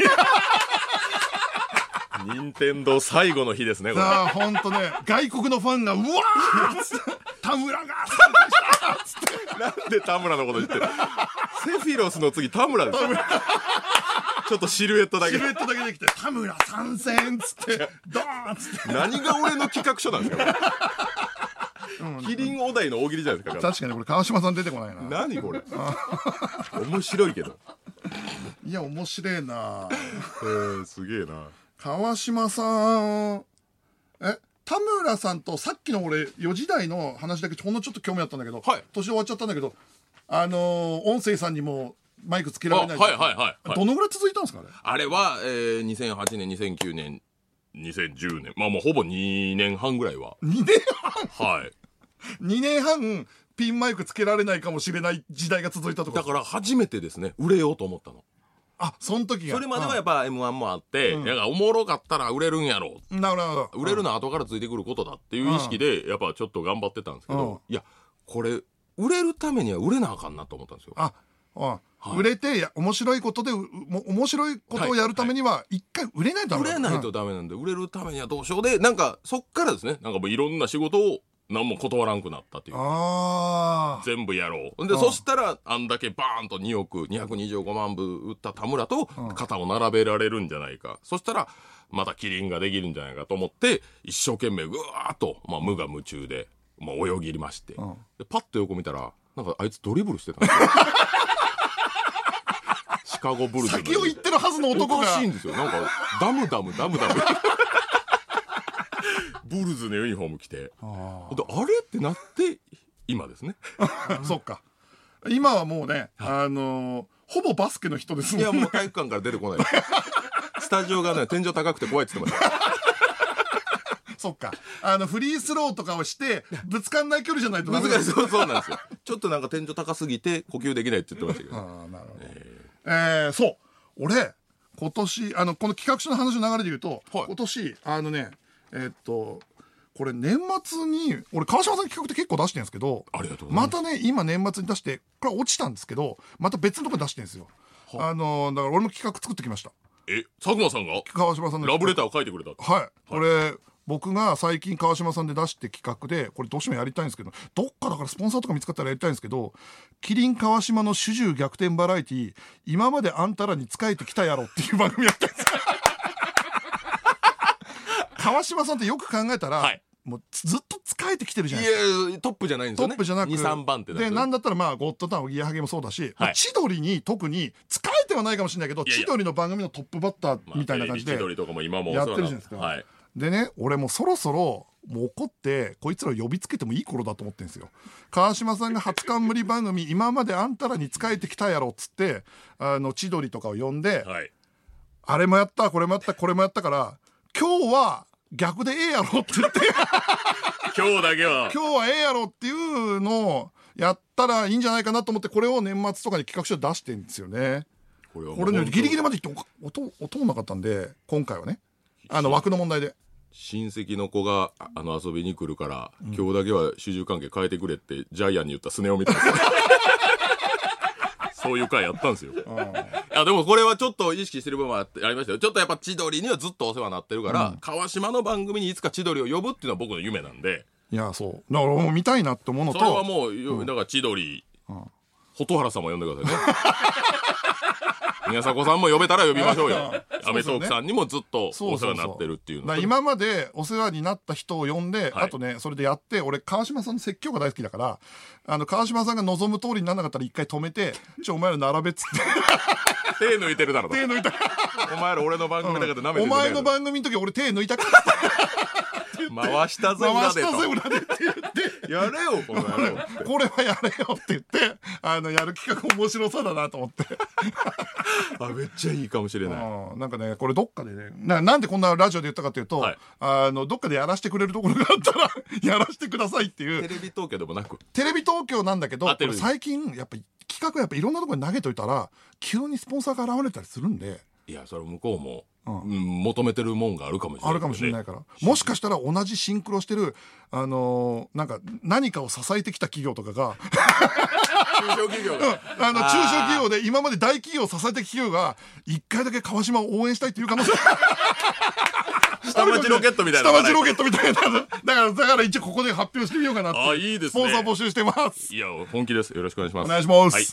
任天堂最後の日ですね、これ。 ああ、ほんとね、外国のファンが、うわーっつって、田村が参戦したっつって。 なんで田村のこと言ってる。セフィロスの次田村です。ちょっとシルエットだけ。 シルエットだけできて、田村参戦っつって、ドーンっつって。 何が俺の企画書なんですか、キリンお題の大喜利じゃないですか。 確かにこれ川島さん出てこないな。 何これ。面白いけど。 いや、面白いな。 すげえな。 川島さん、田村さんとさっきの俺4時台の話だけほんのちょっと興味あったんだけど、 はい、 年終わっちゃったんだけど、音声さんにもマイクつけられない。どのぐらい続いたんですかね。 あれは、2008年2009年2010年、まあもうほぼ2年半ぐらいは。 2年半。 はい。 2年半ピンマイクつけられないかもしれない時代が続いたとか。 だから初めてですね、売れようと思ったの。 あ、その時が。 それまではやっぱ M1 もあって、だからおもろかったら売れるんやろう。 なるほど。 売れるのは後からついてくることだっていう意識で、やっぱちょっと頑張ってたんですけど、いや、これ、売れるためには売れなあかんなと思ったんですよ。 売れて、面白いことで、面白いことをやるためには、一回売れないとダメ。 売れないとダメなんで、売れるためにはどうしようで、なんか、そっからですね、なんかもういろんな仕事を何も断らんくなったっていう。全部やろう。で、そしたら、あんだけバーンと2億225万部売った田村と肩を並べられるんじゃないか。そしたら、またキリンができるんじゃないかと思って、一生懸命ぐわーっと、まあ、無我夢中で、まあ、泳ぎまして、で、パッと横見たら、なんかあいつドリブルしてたんですよ。シカゴブルズの。 先を言ってるはずの男が。 おかしいんですよ。なんか、ダム。ブルズのユニフォーム着て。で、あれってなって、今ですね。 そっか。今はもうね、ほぼバスケの人ですもんね。 いや、もう体育館から出てこない。スタジオがね、天井高くて怖いって言ってました。 そっか。フリースローとかをして、ぶつかんない距離じゃないとダメ。そうなんですよ。ちょっとなんか天井高すぎて呼吸できないって言ってましたけど。 なるほど。そう。俺、今年、この企画書の話の流れで言うと、今年、これ年末に、俺川島さん企画って結構出してるんですけど、 ありがとうございます。 またね、今年末に出して、これ落ちたんですけど、また別のところに出してるんですよ。だから俺も企画作ってきました。 佐久間さんが川島さんのラブレターを書いてくれた。 はい。これ、僕が最近川島さんで出して企画で、これどうしてもやりたいんですけど、どっかだからスポンサーとか見つかったらやりたいんですけど、キリン川島の主従逆転バラエティ、今まであんたらに仕えてきたやろっていう番組やったんです。川島さんってよく考えたら、もうずっと仕えてきてるじゃないですか。 いや、トップじゃないんですよね。 トップじゃなく 2、3番手で、なんだったらまあ、ゴッドタン、おぎやはぎもそうだし、千鳥に特に、仕えてはないかもしれないけど、千鳥の番組のトップバッターみたいな感じで、 千鳥とかも今もやってるじゃないですか。でね、俺もそろそろ、もう怒って、こいつらを呼びつけてもいい頃だと思ってるんですよ。川島さんが初冠番組、今まであんたらに仕えてきたやろっつって、千鳥とかを呼んで、あれもやった、これもやった、これもやったから、今日は逆でええやろって言って、 今日だけは。 今日はええやろっていうのをやったらいいんじゃないかなと思って、これを年末とかに企画書で出してるんですよね。これね、ギリギリまで言って音もなかったんで、今回はね、枠の問題で。 親戚の子が遊びに来るから、今日だけは主従関係変えてくれってジャイアンに言ったスネ夫みたいな。そういう回やったんですよ。いや、でもこれはちょっと意識してる部分はありましたよ。ちょっとやっぱ千鳥にはずっとお世話になってるから、川島の番組にいつか千鳥を呼ぶっていうのは僕の夢なんで。 いや、そう。だからもう見たいなって思うのと。 それはもう、だから千鳥、蛍原さんも呼んでくださいね。宮迫さんも呼べたら呼びましょうよ。アメトークさんにもずっとお世話になってるっていうの。 今までお世話になった人を呼んで、あとね、それでやって、俺、川島さんの説教が大好きだから、川島さんが望む通りにならなかったら一回止めて、お前ら並べっつって。 手抜いてるだろ。 手抜いた。 お前ら俺の番組だから舐めてる。 お前の番組の時俺手抜いたから。 回したぜ裏でと。 回したぜ裏でって言って。 やれよ、この野郎。 これはやれよって言って、やる企画面白そうだなと思って。 あ、めっちゃいいかもしれない。 なんかね、これどっかでね、なんでこんなラジオで言ったかというと、はい、どっかでやらせてくれるところがあったらやらせてくださいっていう。 テレビ東京でもなく、 テレビ東京なんだけど、最近やっぱり企画やっぱいろんなところに投げといたら急にスポンサーが現れたりするんで、 いや、それ向こうも、求めてるもんがあるかもしれない、 あるかもしれないから、もしかしたら同じシンクロしてるなんか何かを支えてきた企業とかが中小企業が、 中小企業で今まで大企業を支えてきた企業が一回だけ川島を応援したいっていう可能性下町ロケットみたいな。 下町ロケットみたいな。だから一応ここで発表してみようかなって。 あ、いいですね。 スポンサー募集してます。 いや、本気です。よろしくお願いします。 お願いします。はい。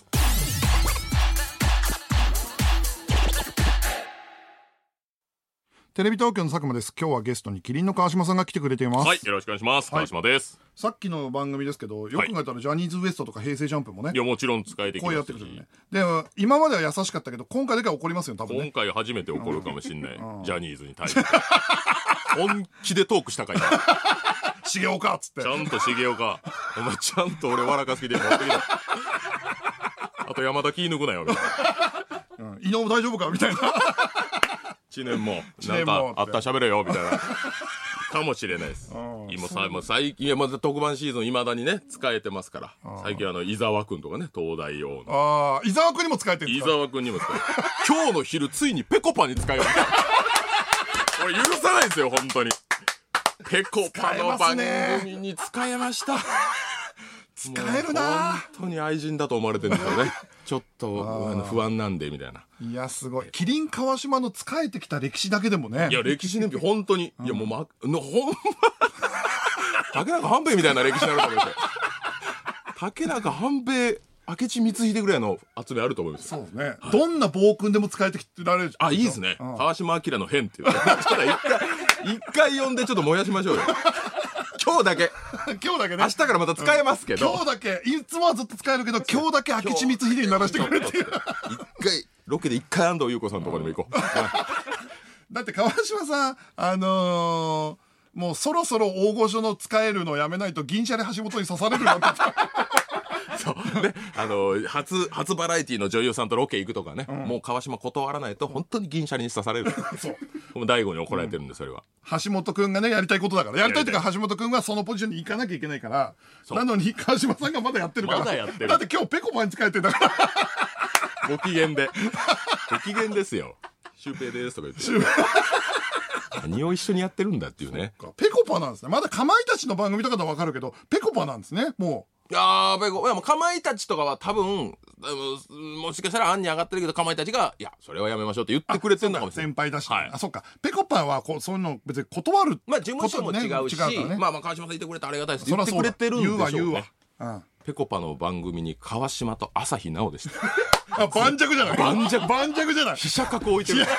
テレビ東京の佐久間です。今日はゲストにキリンの川島さんが来てくれています。 はい、よろしくお願いします。川島です。 さっきの番組ですけど、よく考えたらジャニーズ WEST とか平成ジャンプもね。 いや、もちろん使えてきますし。 こうやってくるね。でも今までは優しかったけど、今回だけは怒りますよ、多分ね。 今回初めて怒るかもしれない。ジャニーズに対して。本気でトークしたかいな。 重岡っつって。 ちゃんと重岡。お前ちゃんと俺笑かす気で持ってきた。あと山田気抜くなよ、みたいな。伊能大丈夫かみたいな。 知念もなんかあったら喋れよみたいなかもしれないです。今さ、最近まだ特番シーズンいまだにね使えてますから。最近伊沢くんとかね、東大王の伊沢くんにも使えてるんですか。 伊沢くんにも使えてる。今日の昼ついにペコパに使えました。俺許さないですよ本当に。ペコパの番組に使えました。 使えるな。 本当に愛人だと思われてるんですよね。ちょっと不安なんでみたいな。 いやすごい。キリン川島の仕えてきた歴史だけでもね。 いや歴史年表本当に、いやもうほんま竹中半兵衛みたいな歴史になると思いますよ。竹中半兵衛明智光秀ぐらいの集めあると思います。 そうですね。どんな暴君でも使えてきてられる。 あ、いいですね。川島明の変っていう。ちょっと一回呼んでちょっと燃やしましょうよ。今日だけね。明日からまた使えますけど、 今日だけいつもはずっと使えるけど、今日だけ明智光秀にならしてくれっていう。 ロケで一回安藤優子さんとかでも行こう。だって川島さんもうそろそろ大御所の使えるのやめないと銀シャリ橋本に刺されるよって。 そうね、初バラエティの女優さんとロケ行くとかね、もう川島断らないと本当に銀シャリに刺される。そう大悟に怒られてるんで、それは橋本くんがねやりたいことだから、やりたいというか橋本くんはそのポジションに行かなきゃいけないから、なのに川島さんがまだやってるから。 まだやってる。 だって今日ペコパに使えてんだから。 ご機嫌でご機嫌ですよ。シュウペイですとか言って何を一緒にやってるんだっていうね。 ペコパなんですね。まだかまいたちの番組とかでは分かるけど、ペコパなんですね。もういやもうかまいたちとかは多分もしかしたら案に上がってるけど、かまいたちがいやそれはやめましょうって言ってくれてるのかもしれない。 先輩だし、 はい、 あ、そっか。ペコパはそういうの別に断る、 まあ事務所も違うし、ね、まあ川島さんいてくれてありがたいですって言ってくれてるんでしょうね。 言うわ、 ペコパの番組に川島と朝日奈央でした。 あ、盤石じゃない。盤石じゃない。 飛車角置いてる。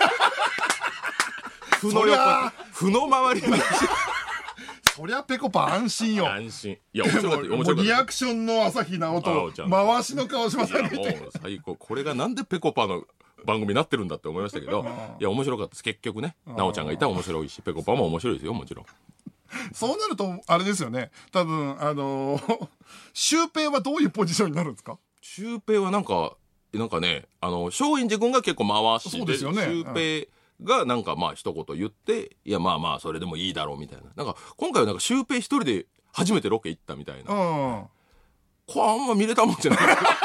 負の周りに。 そりゃペコパ安心よ。 安心。いや面白かった。 もうリアクションの朝日奈央と回しの川島さん見て、 もう最高。これがなんでペコパの番組になってるんだって思いましたけど、いや面白かったです。結局ね、奈央ちゃんがいたら面白いし、ペコパも面白いですよ、もちろん。 そうなるとあれですよね。多分シュウペイはどういうポジションになるんですか。 シュウペイはなんかね、松陰寺君が結構回しで、 そうですよね。 シュウペイがなんかまあ一言言って、いやまあまあそれでもいいだろうみたいな。なんか今回はなんかシュウペイ一人で初めてロケ行ったみたいな。これあんま見れたもんじゃない。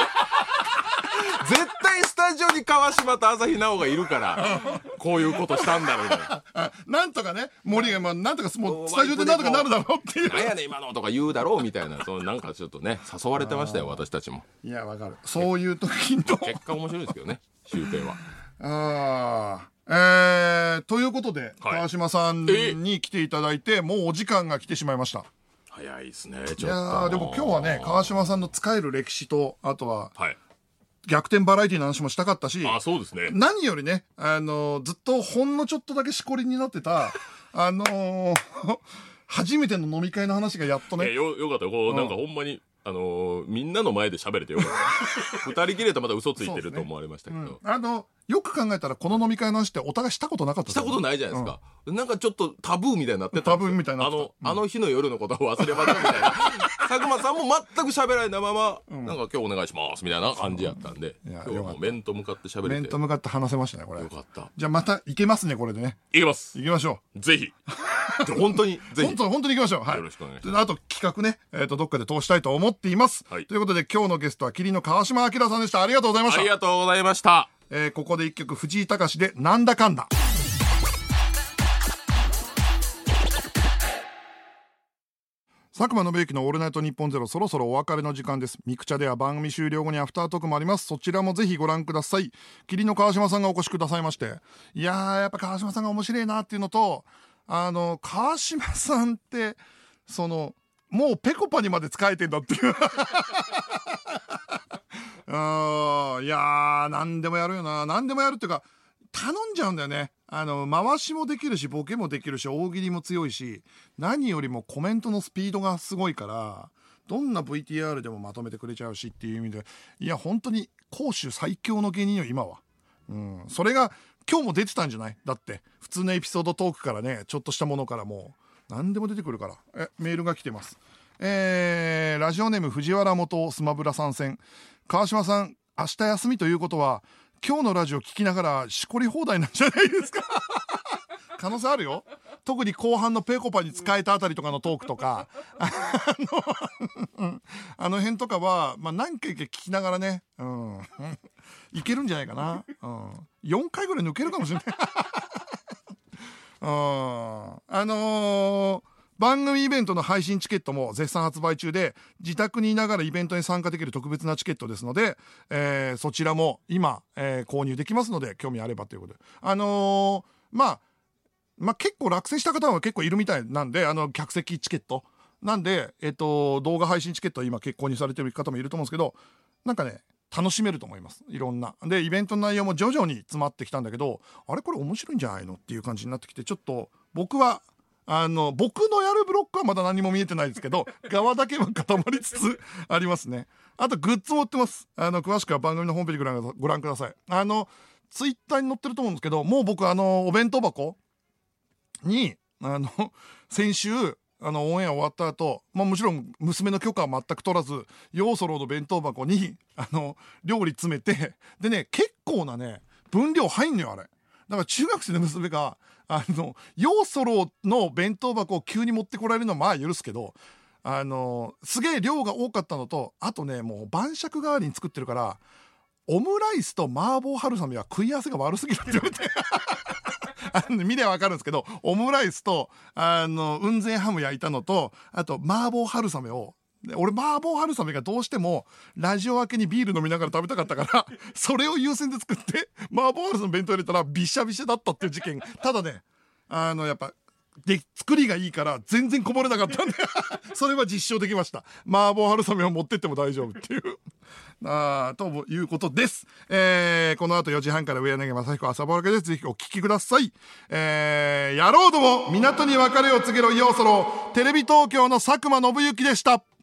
絶対スタジオに川島と朝日奈央がいるからこういうことしたんだろうみたいな。 なんとかね、森がなんとかもうスタジオでなんとかなるだろうっていう。 なんやねん今のとか言うだろうみたいな、なんかちょっとね誘われてましたよ、私たちも。 いやわかる。そういう時の結果面白いですけどね、シュウペイは。 ということで、川島さんに来ていただいて、もうお時間が来てしまいました。 早いですね。ちょっと。 いやでも今日はね、川島さんの使える歴史と、あとは、 はい、 逆転バラエティの話もしたかったし、 あ、そうですね。 何よりね、ずっとほんのちょっとだけしこりになってた、初めての飲み会の話がやっとね。 よかったよ。こうなんかほんまにみんなの前で喋れてよかった二人きりとまた嘘ついてると思われましたけど、 よく考えたらこの飲み会の話ってお互いしたことなかった、 したことないじゃないですか、なんかちょっとタブーみたいになってたんですよ。 タブーみたいになってた、 あの日の夜のことを忘れましたみたいな佐久間さんも全く喋らないまま、なんか今日お願いしますみたいな感じやったんで、今日はもう面と向かって喋れて、 面と向かって話せましたねこれ。 よかった。 じゃあまた行けますねこれでね。 行けます。 行きましょう。ぜひ本当にぜひ本当に行きましょう。はい、 よろしくお願いします。 あと企画ね、どっかで通したいと思っています、ということで今日のゲストはキリンの川島明さんでした。ありがとうございました。 ありがとうございました。 ここで一曲藤井隆でなんだかんだ。佐久間信之のオールナイトニッポンゼロ、そろそろお別れの時間です。ミクチャでは番組終了後にアフタートークもあります。そちらもぜひご覧ください。キリンの川島さんがお越しくださいまして、いやーやっぱ川島さんが面白いなっていうのと、川島さんってもうペコパにまで使えてんだっていういやー何でもやるよな。何でもやるっていうか頼んじゃうんだよね。回しもできるしボケもできるし大喜利も強いし、何よりもコメントのスピードがすごいから、どんな VTR でもまとめてくれちゃうしっていう意味で、いや本当に攻守最強の芸人よ今は。それが今日も出てたんじゃない？だって普通のエピソードトークからね、ちょっとしたものからもう何でも出てくるから。メールが来てます。ラジオネーム藤原元スマブラ参戦。川島さん明日休みということは今日のラジオ聞きながらしこり放題なんじゃないですか可能性あるよ。特に後半のペコパに使えたあたりとかのトークとかあの辺とかは、何回か聞きながらね、いけるんじゃないかな、4回ぐらい抜けるかもしれない番組イベントの配信チケットも絶賛発売中で、自宅にいながらイベントに参加できる特別なチケットですので、そちらも今、購入できますので興味あればということで、結構落選した方は結構いるみたいなんで、客席チケットなんで、動画配信チケット今結構購入されてる方もいると思うんですけど、なんかね楽しめると思います。いろんなでイベントの内容も徐々に詰まってきたんだけど、あれこれ面白いんじゃないのっていう感じになってきて、ちょっと僕は僕のやるブロックはまだ何も見えてないですけど側だけは固まりつつありますね。あとグッズも売ってます。詳しくは番組のホームページご覧ください。ツイッターに載ってると思うんですけど、もう僕お弁当箱に先週オンエア終わった後、もちろん娘の許可は全く取らずヨーソローの弁当箱に料理詰めて、でね結構なね分量入んのよあれ。だから中学生の娘がヨーソローの弁当箱を急に持ってこられるのは許すけど、すげえ量が多かったのと、あとねもう晩酌代わりに作ってるからオムライスと麻婆春雨は食い合わせが悪すぎるって言われて見れば分かるんですけど、オムライスと雲仙ハム焼いたのと、あと麻婆春雨を、俺麻婆春雨がどうしてもラジオ明けにビール飲みながら食べたかったからそれを優先で作って麻婆春雨弁当入れたらビシャビシャだったっていう事件。ただねやっぱ作りがいいから全然こぼれなかったんでそれは実証できました。麻婆春雨を持ってっても大丈夫っていうということです。この後4時半から上柳正彦朝ぼらけです。ぜひお聞きください。やろうども港に別れを告げろヨーソロー、テレビ東京の佐久間信之でした。